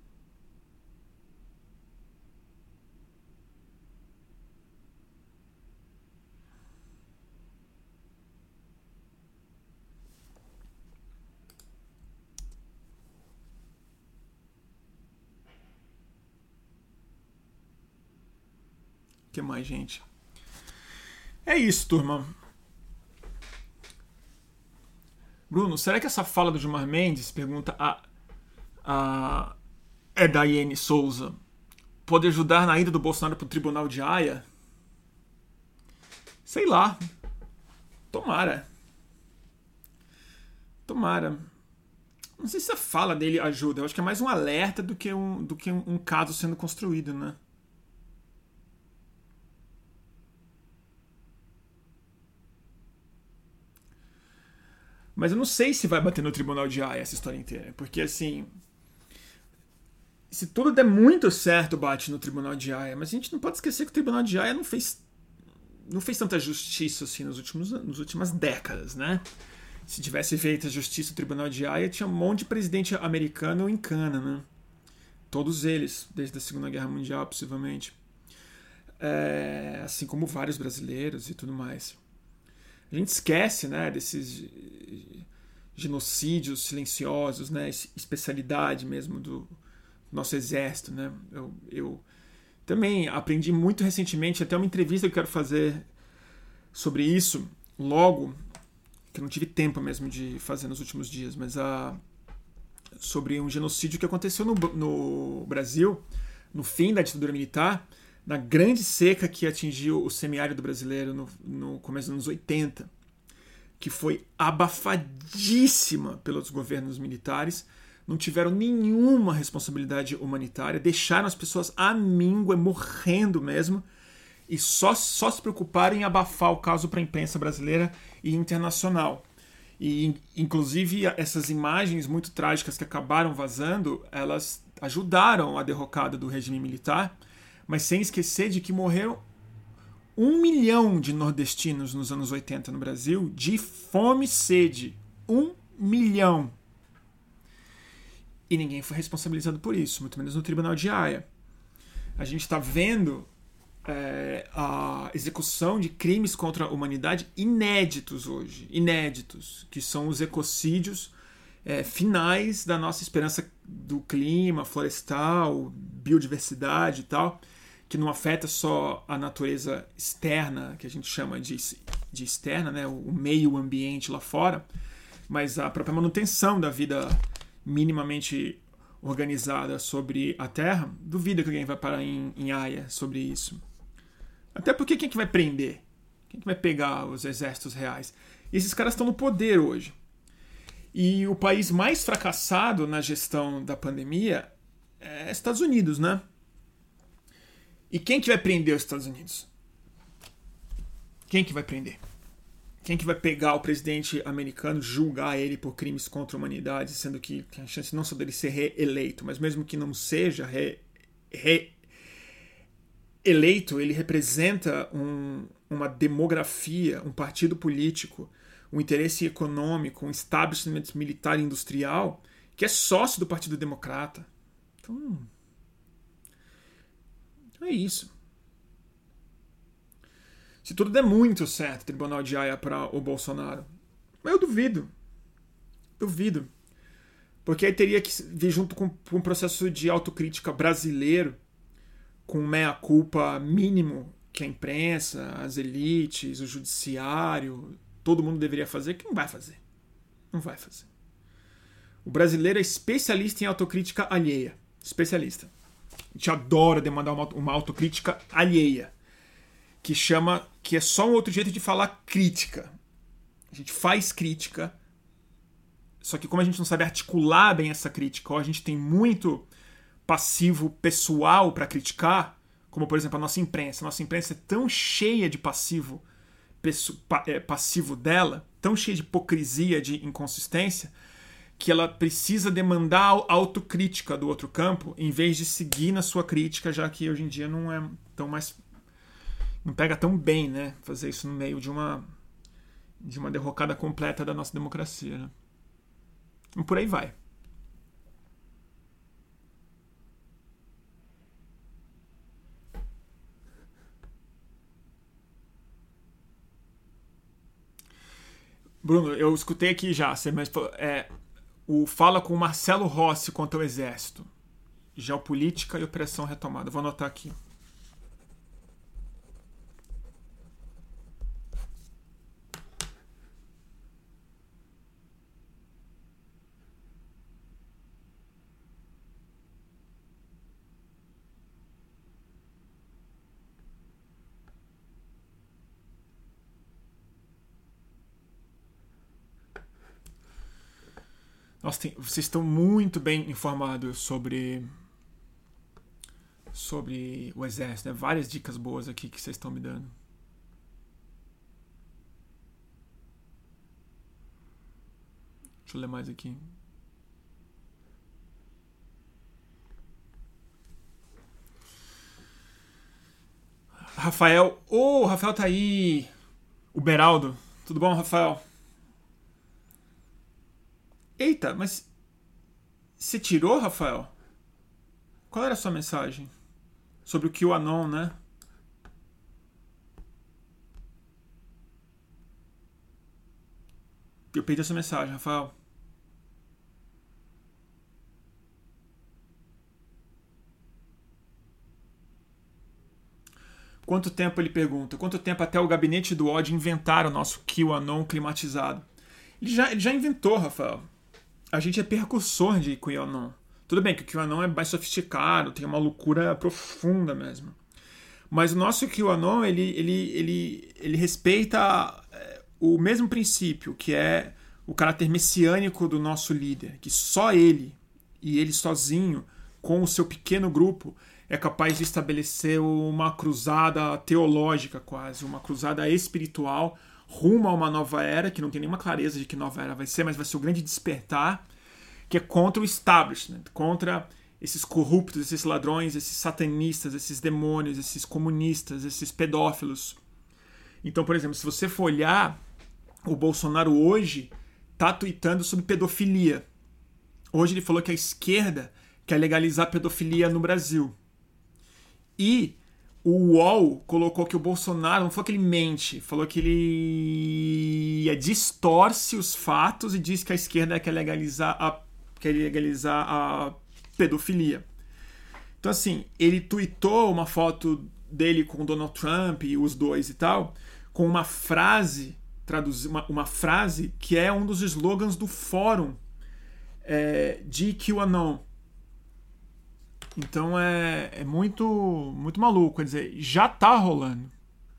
O que mais, gente? É isso, turma. Bruno, será que essa fala do Gilmar Mendes, pergunta a, a é Daiane Souza, pode ajudar na ida do Bolsonaro para o Tribunal de Haia? Sei lá. Tomara. Tomara. Não sei se a fala dele ajuda. Eu acho que é mais um alerta do que um, do que um, um caso sendo construído, né? Mas eu não sei se vai bater no Tribunal de Haia essa história inteira. Porque, assim... Se tudo der muito certo, bate no Tribunal de Haia. Mas a gente não pode esquecer que o Tribunal de Haia não fez... Não fez tanta justiça, assim, nos últimos, nas últimas décadas, né? Se tivesse feito a justiça no Tribunal de Haia, tinha um monte de presidente americano em cana, né? Todos eles, desde a Segunda Guerra Mundial, possivelmente. É, assim como vários brasileiros e tudo mais. A gente esquece, né, desses genocídios silenciosos, né, especialidade mesmo do nosso exército, né. Eu, eu também aprendi muito recentemente, até uma entrevista que eu quero fazer sobre isso, logo, que eu não tive tempo mesmo de fazer nos últimos dias, mas a, sobre um genocídio que aconteceu no, no Brasil, no fim da ditadura militar, na grande seca que atingiu o semiárido brasileiro no, no começo dos anos oitenta, que foi abafadíssima pelos governos militares, não tiveram nenhuma responsabilidade humanitária, deixaram as pessoas à míngua, morrendo mesmo, e só, só se preocuparam em abafar o caso para a imprensa brasileira e internacional. E, inclusive, essas imagens muito trágicas que acabaram vazando, elas ajudaram a derrocada do regime militar, mas sem esquecer de que morreram um milhão de nordestinos nos anos oitenta no Brasil de fome e sede. Um milhão. E ninguém foi responsabilizado por isso, muito menos no Tribunal de Haia. A gente está vendo é, a execução de crimes contra a humanidade inéditos hoje. Inéditos. Que são os ecocídios é, finais da nossa esperança do clima, florestal, biodiversidade e tal, que não afeta só a natureza externa, que a gente chama de, de externa, né, o meio ambiente lá fora, mas a própria manutenção da vida minimamente organizada sobre a Terra. Duvido que alguém vai parar em, em Haia sobre isso. Até porque quem é que vai prender? Quem é que vai pegar os exércitos reais? E esses caras estão no poder hoje. E o país mais fracassado na gestão da pandemia é Estados Unidos, né? E quem que vai prender os Estados Unidos? Quem que vai prender? Quem que vai pegar o presidente americano, julgar ele por crimes contra a humanidade, sendo que tem a chance não só dele ser reeleito, mas mesmo que não seja re, re, eleito, ele representa um, uma demografia, um partido político, um interesse econômico, um establishment militar e industrial que é sócio do Partido Democrata. Então... É isso. Se tudo der muito certo, Tribunal de Haia para o Bolsonaro. Mas eu duvido. Duvido. Porque aí teria que vir junto com um processo de autocrítica brasileiro, com meia-culpa mínimo que a imprensa, as elites, o judiciário, todo mundo deveria fazer, que não vai fazer. Não vai fazer. O brasileiro é especialista em autocrítica alheia. Especialista. A gente adora demandar uma, uma autocrítica alheia, que chama, que é só um outro jeito de falar crítica. A gente faz crítica, só que como a gente não sabe articular bem essa crítica, ou a gente tem muito passivo pessoal para criticar, como por exemplo a nossa imprensa. A nossa imprensa é tão cheia de passivo, passivo dela, tão cheia de hipocrisia, de inconsistência, que ela precisa demandar autocrítica do outro campo, em vez de seguir na sua crítica, já que hoje em dia não é tão mais... não pega tão bem, né? Fazer isso no meio de uma de uma derrocada completa da nossa democracia, né? E por aí vai. Bruno, eu escutei aqui já, mas é, o Fala com o Marcelo Rossi contra o Exército. Geopolítica e Operação Retomada. Vou anotar aqui. Nossa, tem, vocês estão muito bem informados sobre sobre o exército, né? Várias dicas boas aqui que vocês estão me dando. Deixa eu ler mais aqui. Rafael. Ô, oh, o Rafael tá aí. O Beraldo. Tudo bom, Rafael? Eita, mas você tirou, Rafael? Qual era a sua mensagem? Sobre o QAnon, né? Eu perdi essa mensagem, Rafael. Quanto tempo, ele pergunta, quanto tempo até o gabinete do ódio inventar o nosso QAnon climatizado? Ele já, ele já inventou, Rafael. A gente é percussor de QAnon. Tudo bem que o QAnon é mais sofisticado, tem uma loucura profunda mesmo. Mas o nosso QAnon, ele, ele, ele, ele respeita o mesmo princípio, que é o caráter messiânico do nosso líder, que só ele, e ele sozinho, com o seu pequeno grupo, é capaz de estabelecer uma cruzada teológica quase, uma cruzada espiritual rumo a uma nova era, que não tem nenhuma clareza de que nova era vai ser, mas vai ser o grande despertar, que é contra o establishment, contra esses corruptos, esses ladrões, esses satanistas, esses demônios, esses comunistas, esses pedófilos. Então, por exemplo, se você for olhar, o Bolsonaro hoje está tweetando sobre pedofilia. Hoje ele falou que a esquerda quer legalizar pedofilia no Brasil. E o U O L colocou que o Bolsonaro, não falou que ele mente, falou que ele distorce os fatos e diz que a esquerda quer legalizar a, quer legalizar a pedofilia. Então, assim, ele tweetou uma foto dele com o Donald Trump e os dois e tal, com uma frase, traduzir uma, uma frase que é um dos slogans do fórum é, de QAnon. Então é, é muito, muito maluco, quer dizer, já tá rolando.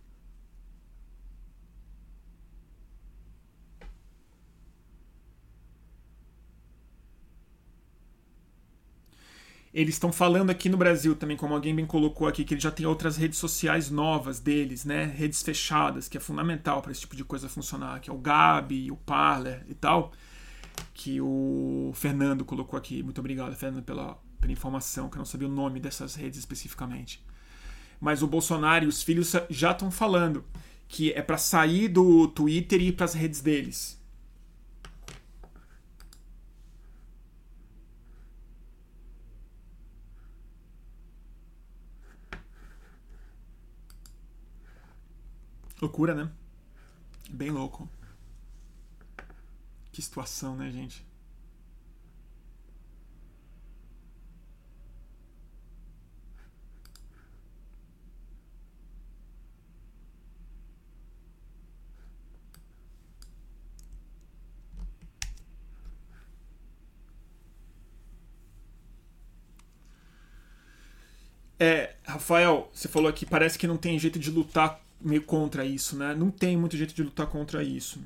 Eles estão falando aqui no Brasil também, como alguém bem colocou aqui, que ele já tem outras redes sociais novas deles, né? Redes fechadas, que é fundamental para esse tipo de coisa funcionar, que é o Gabi, o Parler e tal, que o Fernando colocou aqui. Muito obrigado, Fernando, pela, pela informação, que eu não sabia o nome dessas redes especificamente. Mas o Bolsonaro e os filhos já estão falando que é para sair do Twitter e ir para as redes deles. Loucura, né? Bem louco. Que situação, né, gente? É, Rafael, você falou aqui, parece que não tem jeito de lutar meio contra isso, né? Não tem muito jeito de lutar contra isso.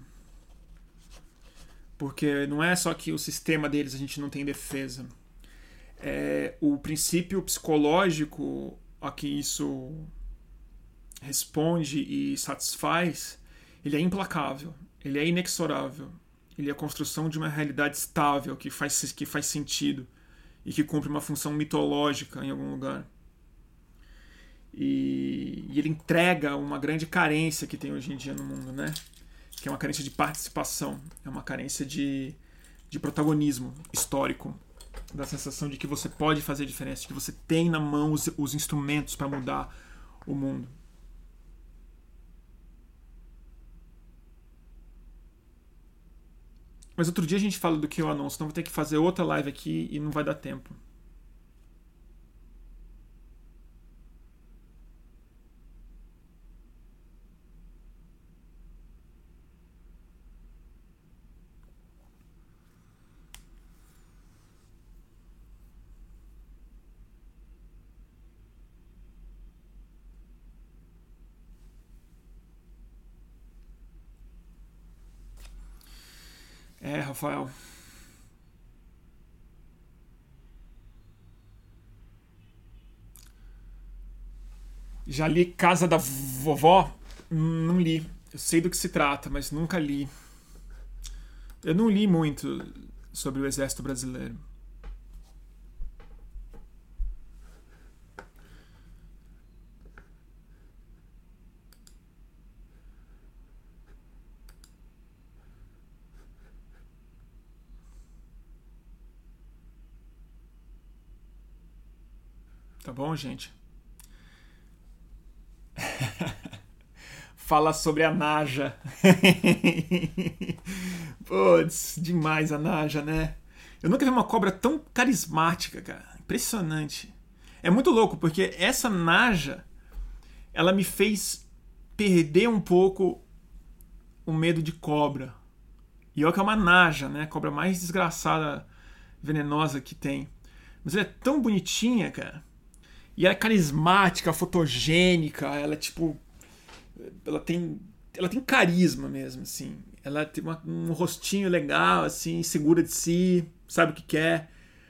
Porque não é só que o sistema deles a gente não tem defesa. É, o princípio psicológico a que isso responde e satisfaz, ele é implacável, ele é inexorável. Ele é a construção de uma realidade estável que faz, que faz sentido e que cumpre uma função mitológica em algum lugar. E, e ele entrega uma grande carência que tem hoje em dia no mundo, né? Que é uma carência de participação, é uma carência de, de protagonismo histórico, da sensação de que você pode fazer diferença, de que você tem na mão os, os instrumentos para mudar o mundo. Mas outro dia a gente fala do QAnon, senão vou ter que fazer outra live aqui e não vai dar tempo. É, Rafael. Já li Casa da Vovó? Hum, Não li. Eu sei do que se trata, mas nunca li. Eu não li muito sobre o Exército Brasileiro. Tá bom, gente? Fala sobre a Naja. Putz, demais a Naja, né? Eu nunca vi uma cobra tão carismática, cara. Impressionante. É muito louco, porque essa Naja, ela me fez perder um pouco o medo de cobra. E olha que é uma Naja, né? A cobra mais desgraçada, venenosa que tem. Mas ela é tão bonitinha, cara. E ela é carismática, fotogênica, ela é tipo. Ela tem. Ela tem carisma mesmo, assim. Ela tem uma, um rostinho legal, assim, segura de si, sabe o que quer.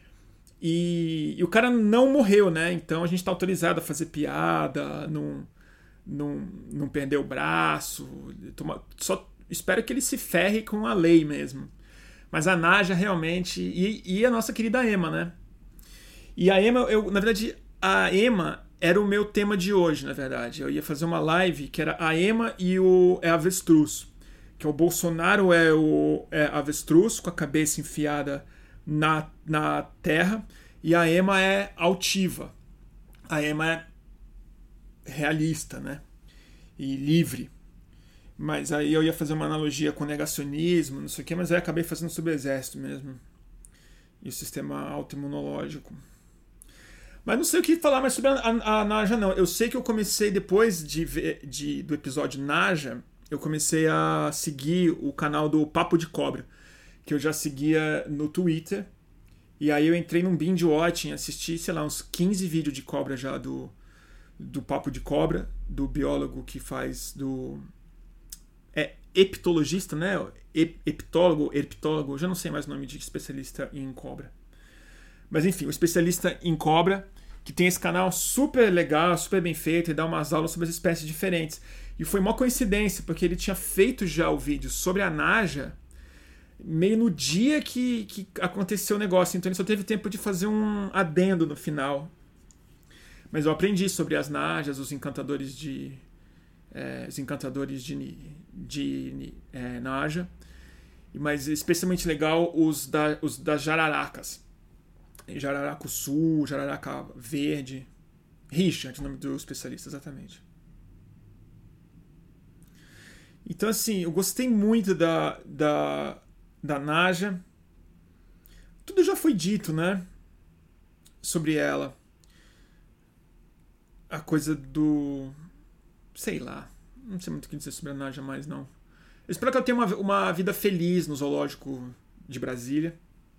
E, e o cara não morreu, né? Então a gente tá autorizado a fazer piada, não, não, não perder o braço. Toma, só espero que ele se ferre com a lei mesmo. Mas a Naja realmente. E, e a nossa querida Emma, né? E a Emma, eu, na verdade, a Emma era o meu tema de hoje, na verdade. Eu ia fazer uma live que era a Emma e o é avestruz. Que é o Bolsonaro é o é avestruz com a cabeça enfiada na, na terra e a Emma é altiva. A Emma é realista, né? E livre. Mas aí eu ia fazer uma analogia com negacionismo, não sei o que, mas aí acabei fazendo sobre o exército mesmo. E o sistema autoimunológico. Mas não sei o que falar mais sobre a, a, a Naja, não. Eu sei que eu comecei, depois de, ver, de do episódio Naja, eu comecei a seguir o canal do Papo de Cobra, que eu já seguia no Twitter. E aí eu entrei num binge watching, assisti, sei lá, uns quinze vídeos de cobra já do, do Papo de Cobra, do biólogo que faz do... É heptologista, né? Heptólogo, herpetólogo, já não sei mais o nome de especialista em cobra. Mas enfim, o especialista em cobra, que tem esse canal super legal, super bem feito, e dá umas aulas sobre as espécies diferentes. E foi uma coincidência, porque ele tinha feito já o vídeo sobre a Naja meio no dia que, que aconteceu o negócio. Então ele só teve tempo de fazer um adendo no final. Mas eu aprendi sobre as Najas, os encantadores de... É, os encantadores de, de, de é, Naja. Mas especialmente legal os, da, os das jararacas. Jararaca Sul, Jararaca Verde. Richard, o nome do especialista, exatamente. Então, assim, eu gostei muito da, da, da Naja. Tudo já foi dito, né? Sobre ela. A coisa do... Sei lá. Não sei muito o que dizer sobre a Naja mais, não. Eu espero que ela tenha uma, uma vida feliz no zoológico de Brasília.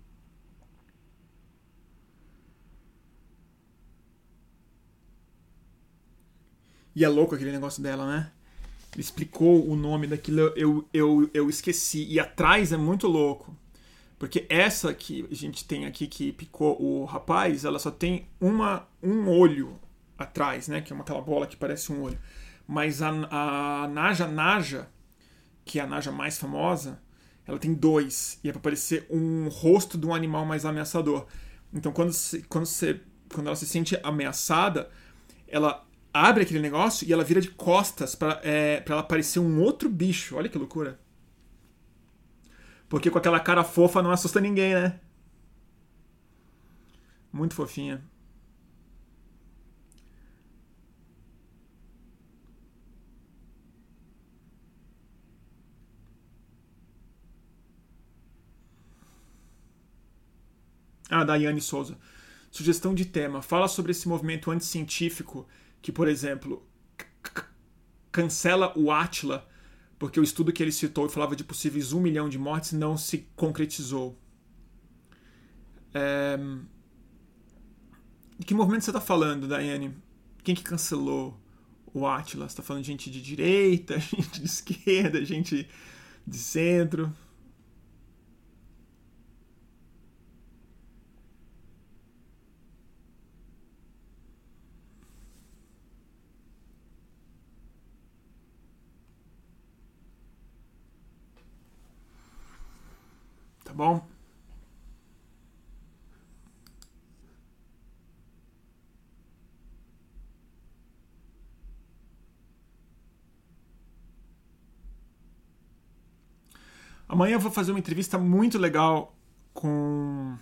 E é louco aquele negócio dela, né? Ele explicou o nome daquilo, eu, eu, eu esqueci. E atrás é muito louco. Porque essa que a gente tem aqui, que picou o rapaz, ela só tem uma, um olho atrás, né? Que é uma, aquela bola que parece um olho. Mas a, a Naja Naja, que é a Naja mais famosa, ela tem dois. E é pra parecer um rosto de um animal mais ameaçador. Então quando, se, quando, se, quando ela se sente ameaçada, ela abre aquele negócio e ela vira de costas pra, é, pra ela parecer um outro bicho. Olha que loucura. Porque com aquela cara fofa não assusta ninguém, né? Muito fofinha. Ah, Daiane Souza. Sugestão de tema. Fala sobre esse movimento anticientífico que, por exemplo, cancela o Átila porque o estudo que ele citou falava de possíveis um milhão de mortes não se concretizou. É... De que movimento você está falando, Daiane? Quem que cancelou o Átila? Você está falando de gente de direita, gente de esquerda, gente de centro? bom? Amanhã eu vou fazer uma entrevista muito legal com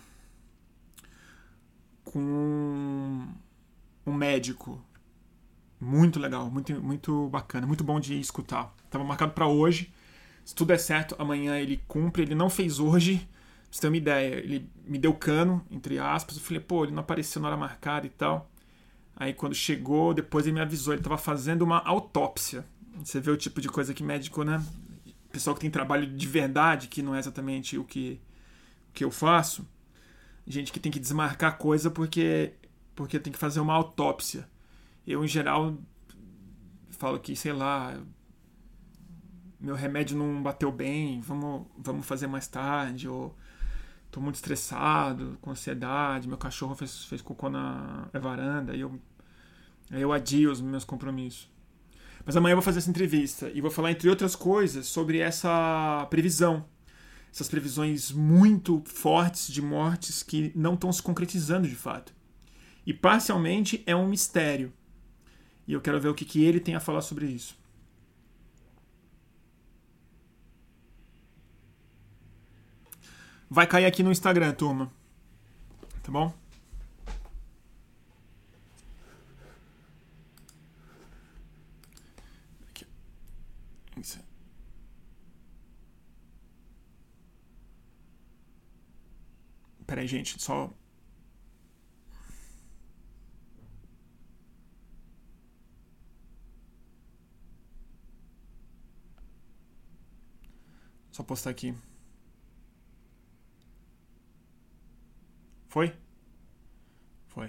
com um médico. Muito legal, muito, muito bacana, muito bom de escutar. Estava marcado para hoje. Se tudo der certo, amanhã ele cumpre. Ele não fez hoje, pra você ter uma ideia. Ele me deu cano, entre aspas. Eu falei, pô, ele não apareceu na hora marcada e tal. Aí quando chegou, depois ele me avisou. Ele estava fazendo uma autópsia. Você vê o tipo de coisa que médico, né? Pessoal que tem trabalho de verdade, que não é exatamente o que, o que eu faço. Gente que tem que desmarcar coisa porque, porque tem que fazer uma autópsia. Eu, em geral, falo que, sei lá, meu remédio não bateu bem, vamos, vamos fazer mais tarde, ou tô muito estressado, com ansiedade, meu cachorro fez, fez cocô na varanda, e eu, aí eu adio os meus compromissos. Mas amanhã eu vou fazer essa entrevista e vou falar, entre outras coisas, sobre essa previsão. Essas previsões muito fortes de mortes que não estão se concretizando de fato. E parcialmente é um mistério. E eu quero ver o que, que ele tem a falar sobre isso. Vai cair aqui no Instagram, turma. Tá bom? Aqui. Isso. Pera aí, gente. Só... Só postar aqui. Foi? Foi.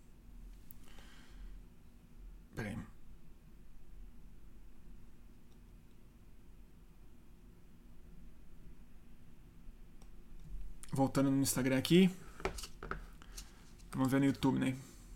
Peraí. Voltando no Instagram aqui. Vamos ver no YouTube, né?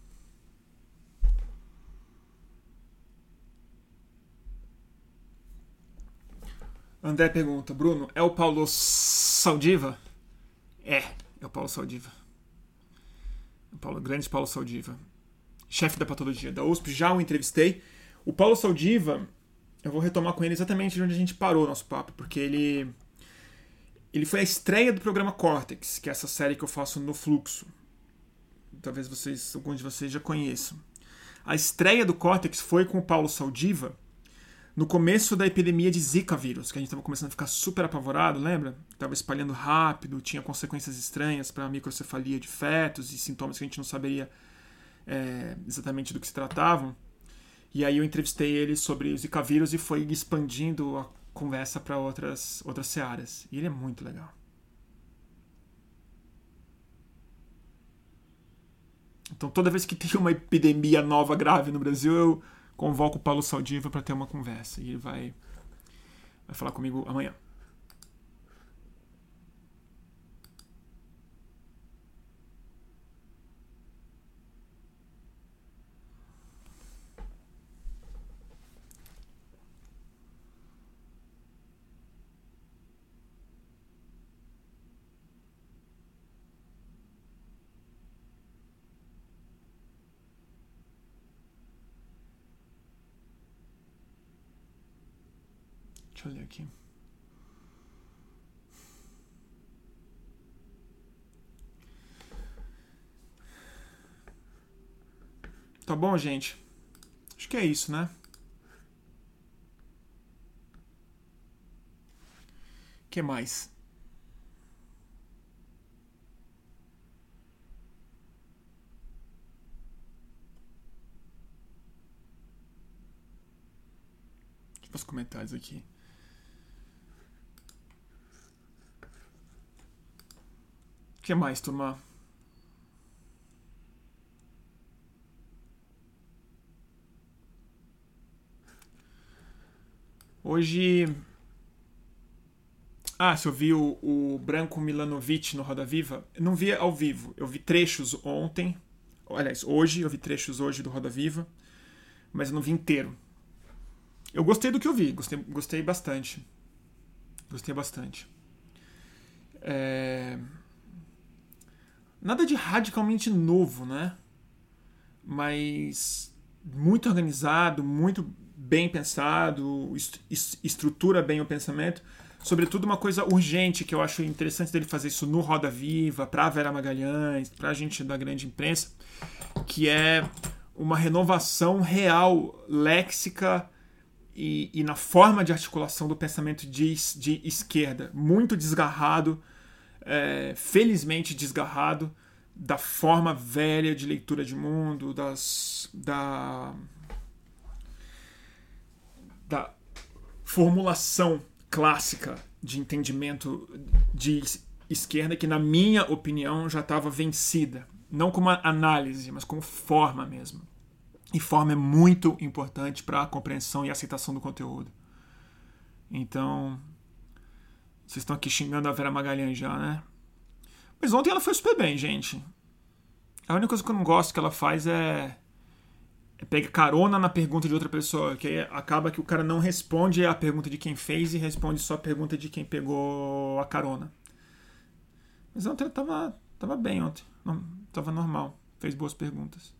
André pergunta, Bruno, é o Paulo Saldiva? É, é o Paulo Saldiva. O Paulo, grande Paulo Saldiva. Chefe da patologia da U S P, já o entrevistei. O Paulo Saldiva, eu vou retomar com ele exatamente de onde a gente parou o nosso papo, porque ele... Ele foi a estreia do programa Cortex, que é essa série que eu faço no Fluxo. Talvez vocês, alguns de vocês já conheçam. A estreia do Cortex foi com o Paulo Saldiva, no começo da epidemia de Zika vírus, que a gente estava começando a ficar super apavorado, lembra? Estava espalhando rápido, tinha consequências estranhas para a microcefalia de fetos e sintomas que a gente não saberia é, exatamente do que se tratavam. E aí eu entrevistei ele sobre o Zika vírus e foi expandindo a conversa para outras, outras searas. E ele é muito legal. Então toda vez que tem uma epidemia nova grave no Brasil, eu convoco o Paulo Saldiva para ter uma conversa. E ele vai, vai falar comigo amanhã. Deixa eu ler aqui. Tá bom, gente? Acho que é isso, né? O que mais? Deixa eu ver os comentários aqui. O que mais, turma? Hoje... Ah, se eu vi o, o Branko Milanovic no Roda Viva, eu não vi ao vivo. Eu vi trechos ontem. Aliás, hoje, eu vi trechos hoje do Roda Viva, mas eu não vi inteiro. Eu gostei do que eu vi, gostei, gostei bastante. Gostei bastante. É... Nada de radicalmente novo, né? Mas muito organizado, muito bem pensado, est- est- estrutura bem o pensamento. Sobretudo uma coisa urgente, que eu acho interessante dele fazer isso no Roda Viva, para a Vera Magalhães, para a gente da grande imprensa, que é uma renovação real, léxica e, e na forma de articulação do pensamento de, de esquerda. Muito desgarrado, é, felizmente desgarrado, da forma velha de leitura de mundo, das, da, da formulação clássica de entendimento de esquerda, que na minha opinião já estava vencida. Não como análise, mas como forma mesmo. E forma é muito importante para a compreensão e aceitação do conteúdo. Então, vocês estão aqui xingando a Vera Magalhães já, né? Mas ontem ela foi super bem, gente. A única coisa que eu não gosto que ela faz é, é pegar carona na pergunta de outra pessoa, que aí acaba que o cara não responde a pergunta de quem fez e responde só a pergunta de quem pegou a carona. Mas ontem ela tava, tava bem ontem. Não, tava normal. Fez boas perguntas.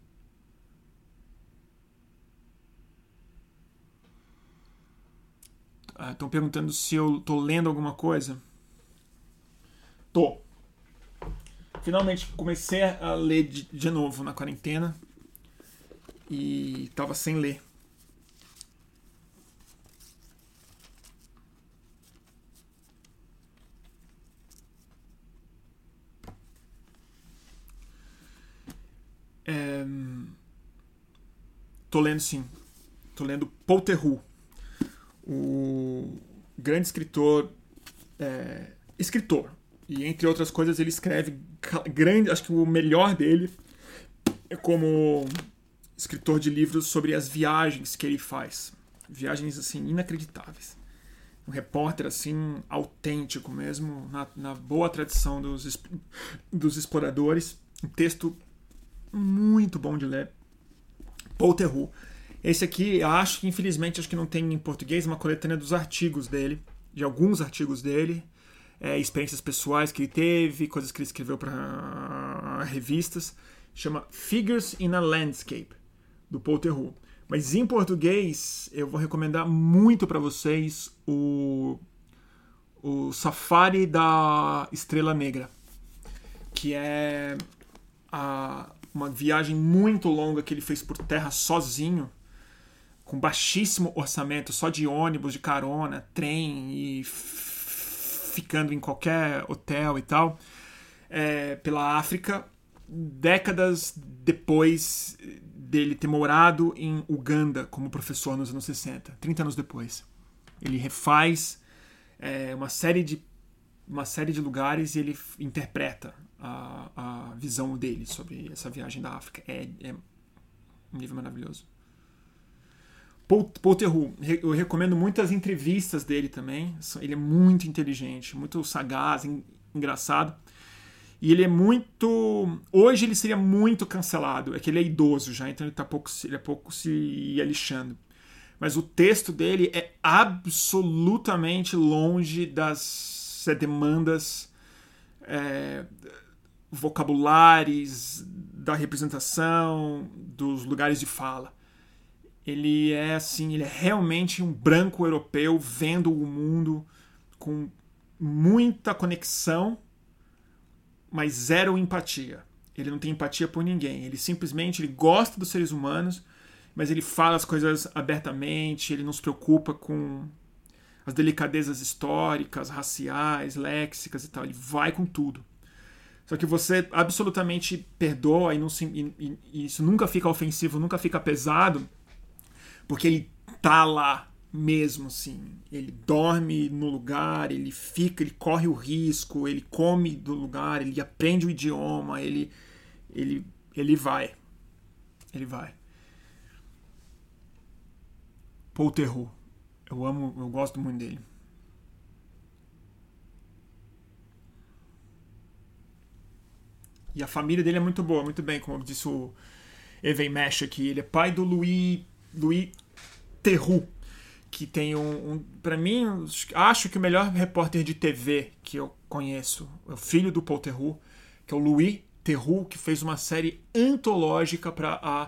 Estão ah, perguntando se eu tô lendo alguma coisa. Tô. Finalmente comecei a ler de, de novo na quarentena. E tava sem ler. É... Tô lendo sim. Tô lendo Paul Theroux, o grande escritor, é, escritor, e entre outras coisas ele escreve grande, acho que o melhor dele é como escritor de livros sobre as viagens que ele faz, viagens assim inacreditáveis, um repórter assim autêntico mesmo, na, na boa tradição dos, dos exploradores, um texto muito bom de ler. Paul Theroux. Esse aqui, acho que infelizmente acho que não tem em português, uma coletânea dos artigos dele, de alguns artigos dele, é, experiências pessoais que ele teve, coisas que ele escreveu para revistas, chama Figures in a Landscape, do Paul Theroux. Mas em português, eu vou recomendar muito para vocês o, o Safari da Estrela Negra, que é a, uma viagem muito longa que ele fez por terra sozinho, com baixíssimo orçamento, só de ônibus, de carona, trem e f- ficando em qualquer hotel e tal, é, pela África, décadas depois dele ter morado em Uganda como professor nos anos sessenta, trinta anos depois. Ele refaz é, uma série de uma série de lugares e ele interpreta a, a visão dele sobre essa viagem da África. É, é um livro maravilhoso. Paul, Paul Theroux, eu recomendo muitas entrevistas dele também. Ele é muito inteligente, muito sagaz, engraçado. E ele é muito... Hoje ele seria muito cancelado. É que ele é idoso já, então ele, tá pouco, ele é pouco se alixando. Mas o texto dele é absolutamente longe das demandas é, vocabulares, da representação, dos lugares de fala. Ele é assim, ele é realmente um branco europeu vendo o mundo com muita conexão, mas zero empatia. Ele não tem empatia por ninguém. Ele simplesmente ele gosta dos seres humanos, mas ele fala as coisas abertamente, ele não se preocupa com as delicadezas históricas, raciais, léxicas e tal. Ele vai com tudo. Só que você absolutamente perdoa e, não se, e, e isso nunca fica ofensivo, nunca fica pesado, porque ele tá lá mesmo, assim. Ele dorme no lugar, ele fica, ele corre o risco, ele come do lugar, ele aprende o idioma, ele, ele, ele vai. Ele vai. Paul Theroux. Eu amo, eu gosto muito dele. E a família dele é muito boa, muito bem, como disse o Evan Mesh aqui. Ele é pai do Louis, Louis Theroux, que tem um, um para mim, acho que o melhor repórter de T V que eu conheço. É o filho do Paul Theroux, que é o Louis Theroux, que fez uma série antológica para a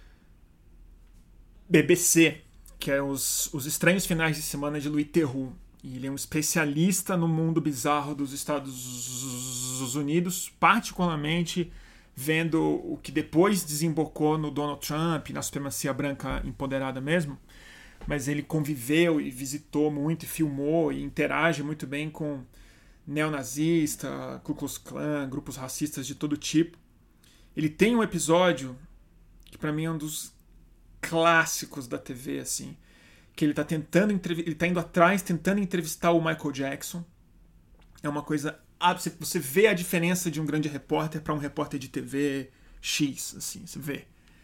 B B C, que é os, os Estranhos Finais de Semana de Louis Theroux. E ele é um especialista no mundo bizarro dos Estados Unidos, particularmente vendo o que depois desembocou no Donald Trump, na supremacia branca empoderada mesmo. Mas ele conviveu e visitou muito, e filmou e interage muito bem com neonazista, Ku Klux Klan, grupos racistas de todo tipo. Ele tem um episódio que para mim é um dos clássicos da T V, assim, que ele tá tentando ele tá indo atrás, tentando entrevistar o Michael Jackson. É uma coisa, você vê a diferença de um grande repórter para um repórter de T V X, assim, você vê.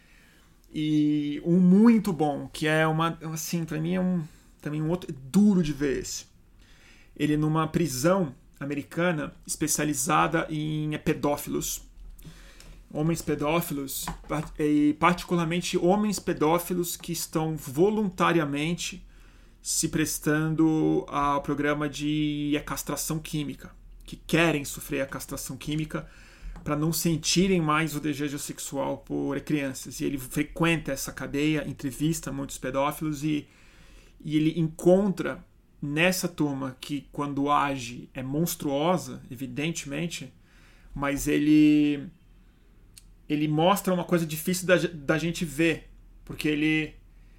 E um muito bom, que é uma, assim, para mim é um também um outro duro de ver esse. Ele numa prisão americana especializada em pedófilos. Homens pedófilos, e particularmente homens pedófilos que estão voluntariamente se prestando ao programa de castração química, que querem sofrer a castração química para não sentirem mais o desejo sexual por crianças. E ele frequenta essa cadeia, entrevista muitos pedófilos e, e ele encontra nessa turma que, quando age, é monstruosa, evidentemente, mas ele... ele mostra uma coisa difícil da, da gente ver, porque ele,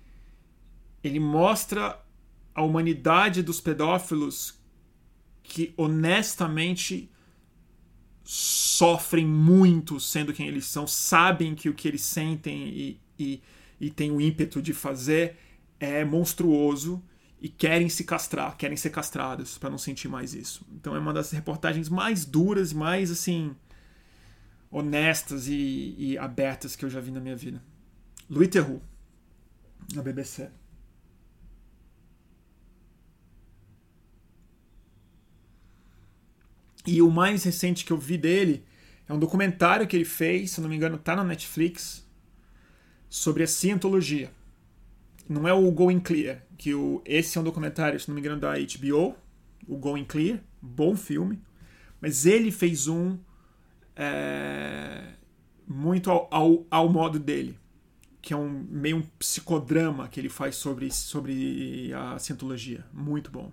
ele mostra a humanidade dos pedófilos que honestamente sofrem muito sendo quem eles são, sabem que o que eles sentem e, e, e têm o ímpeto de fazer é monstruoso e querem se castrar, querem ser castrados para não sentir mais isso. Então é uma das reportagens mais duras e mais, assim, honestas e, e abertas que eu já vi na minha vida. Louis Theroux, na B B C. E o mais recente que eu vi dele é um documentário que ele fez, se não me engano tá na Netflix, sobre a cientologia. Não é o Going Clear, que o, esse é um documentário, se não me engano, da H B O, o Going Clear, bom filme, mas ele fez um É, muito ao, ao, ao modo dele, que é um meio um psicodrama que ele faz sobre, sobre a cientologia. Muito bom.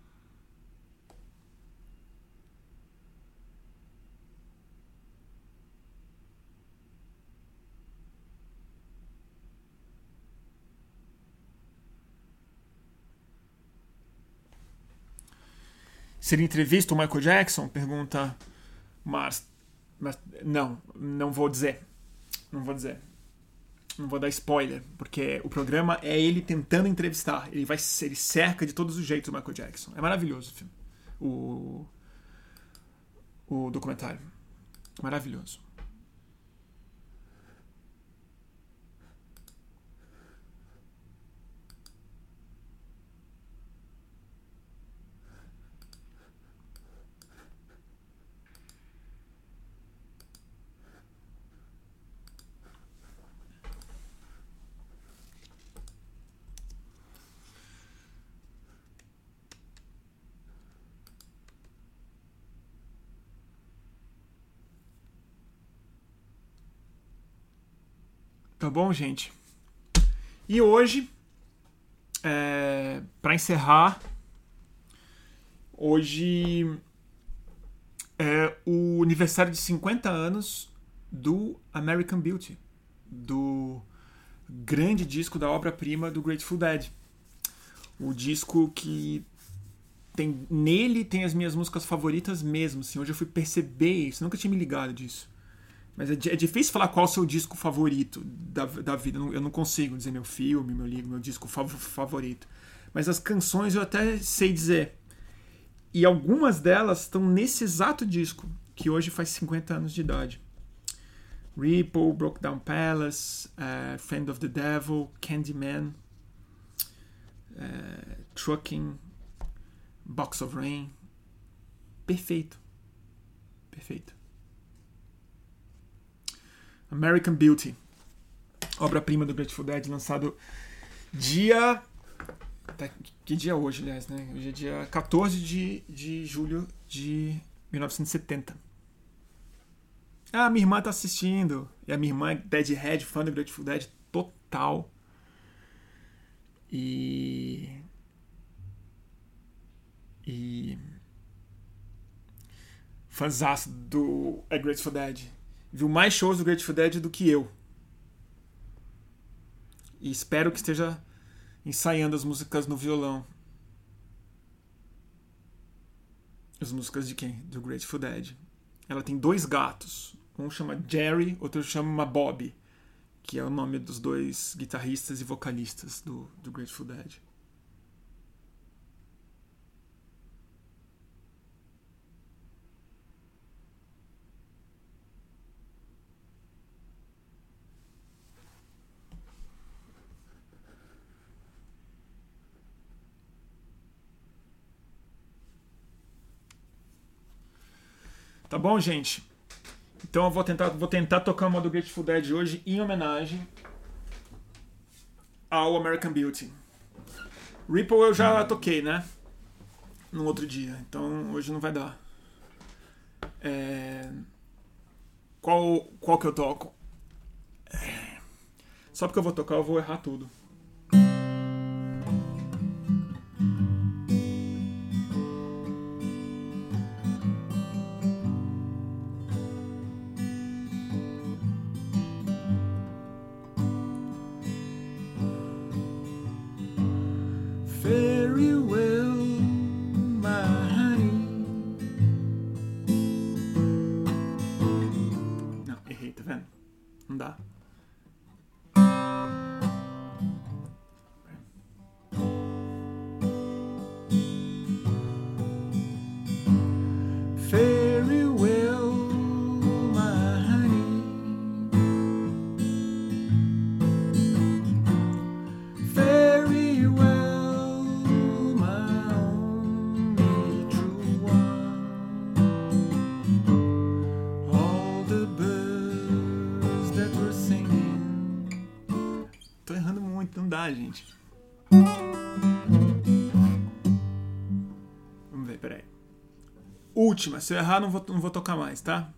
Se ele entrevista o Michael Jackson, pergunta Mars. Mas não, não vou dizer. Não vou dizer. Não vou dar spoiler, porque o programa é ele tentando entrevistar. Ele vai ele cerca de todos os jeitos o Michael Jackson. É maravilhoso o filme. O, o documentário. Maravilhoso. Tá bom, gente? E hoje, é, para encerrar, hoje é o aniversário de cinquenta anos do American Beauty, do grande disco da obra-prima do Grateful Dead. O disco que tem, nele tem as minhas músicas favoritas mesmo. Assim, hoje eu fui perceber isso, nunca tinha me ligado disso. Mas é, é difícil falar qual é o seu disco favorito da, da vida. Eu não, eu não consigo dizer meu filme, meu livro, meu disco fav- favorito. Mas as canções eu até sei dizer. E algumas delas estão nesse exato disco, que hoje faz cinquenta anos de idade. Ripple, Broke Down Palace, uh, Friend of the Devil, Candyman, uh, Trucking, Box of Rain. Perfeito. Perfeito. American Beauty, obra-prima do Grateful Dead, lançado dia... Que dia é hoje, aliás, né? Hoje é dia quatorze de, de julho de mil novecentos e setenta. Ah, minha irmã tá assistindo. E a minha irmã é Deadhead, fã do Grateful Dead total. E... E... Fãzaço do A Grateful Dead. Viu mais shows do Grateful Dead do que eu. E espero que esteja ensaiando as músicas no violão. As músicas de quem? Do Grateful Dead. Ela tem dois gatos. Um chama Jerry, outro chama Bob, que é o nome dos dois guitarristas e vocalistas do, do Grateful Dead. Tá bom, gente? Então eu vou tentar, vou tentar tocar uma do Grateful Dead hoje em homenagem ao American Beauty. Ripple eu já toquei, né? No outro dia. Então hoje não vai dar. É... Qual, qual que eu toco? É... Só porque eu vou tocar eu vou errar tudo. Não dá. Very well, my honey. Very well, my only true one. All the birds that were singing. Tô errando muito, não dá, gente. Vamos ver, peraí. Última, se eu errar não vou, não vou tocar mais, tá?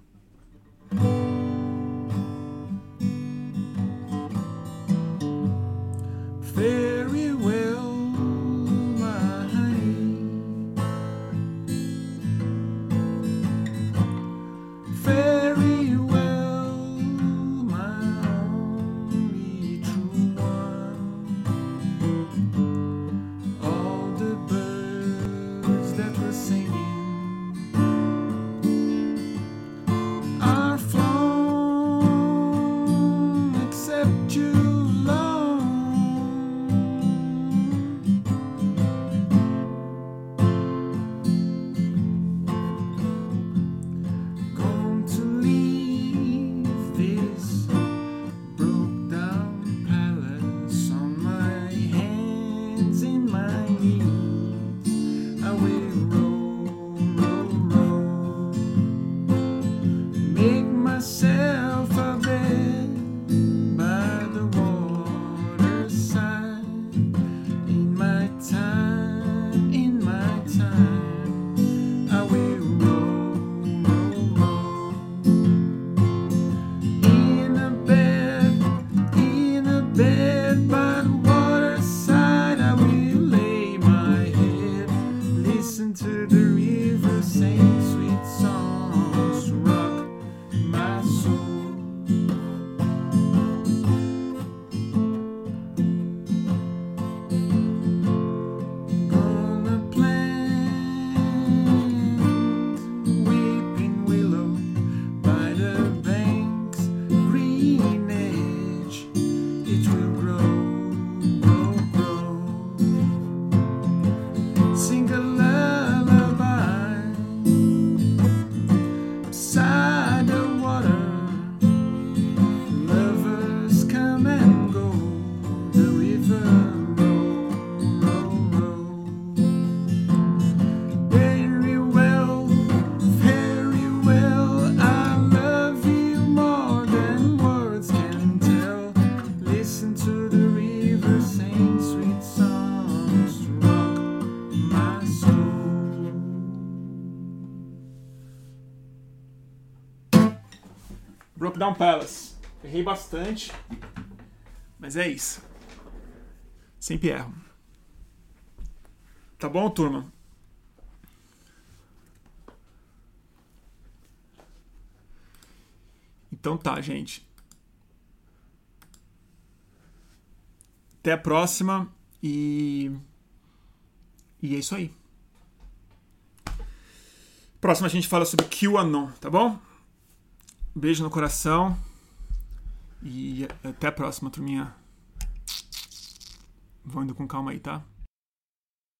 Very well, my honey. Very well, my only true one. All the birds that were singing are flown, except you alone. Knockdown Palace. Errei bastante. Mas é isso. Sempre erro. Tá bom, turma? Então tá, gente. Até a próxima e... E é isso aí. Próxima a gente fala sobre QAnon, tá bom? Beijo no coração. E até a próxima, turminha. Vou indo com calma aí, tá?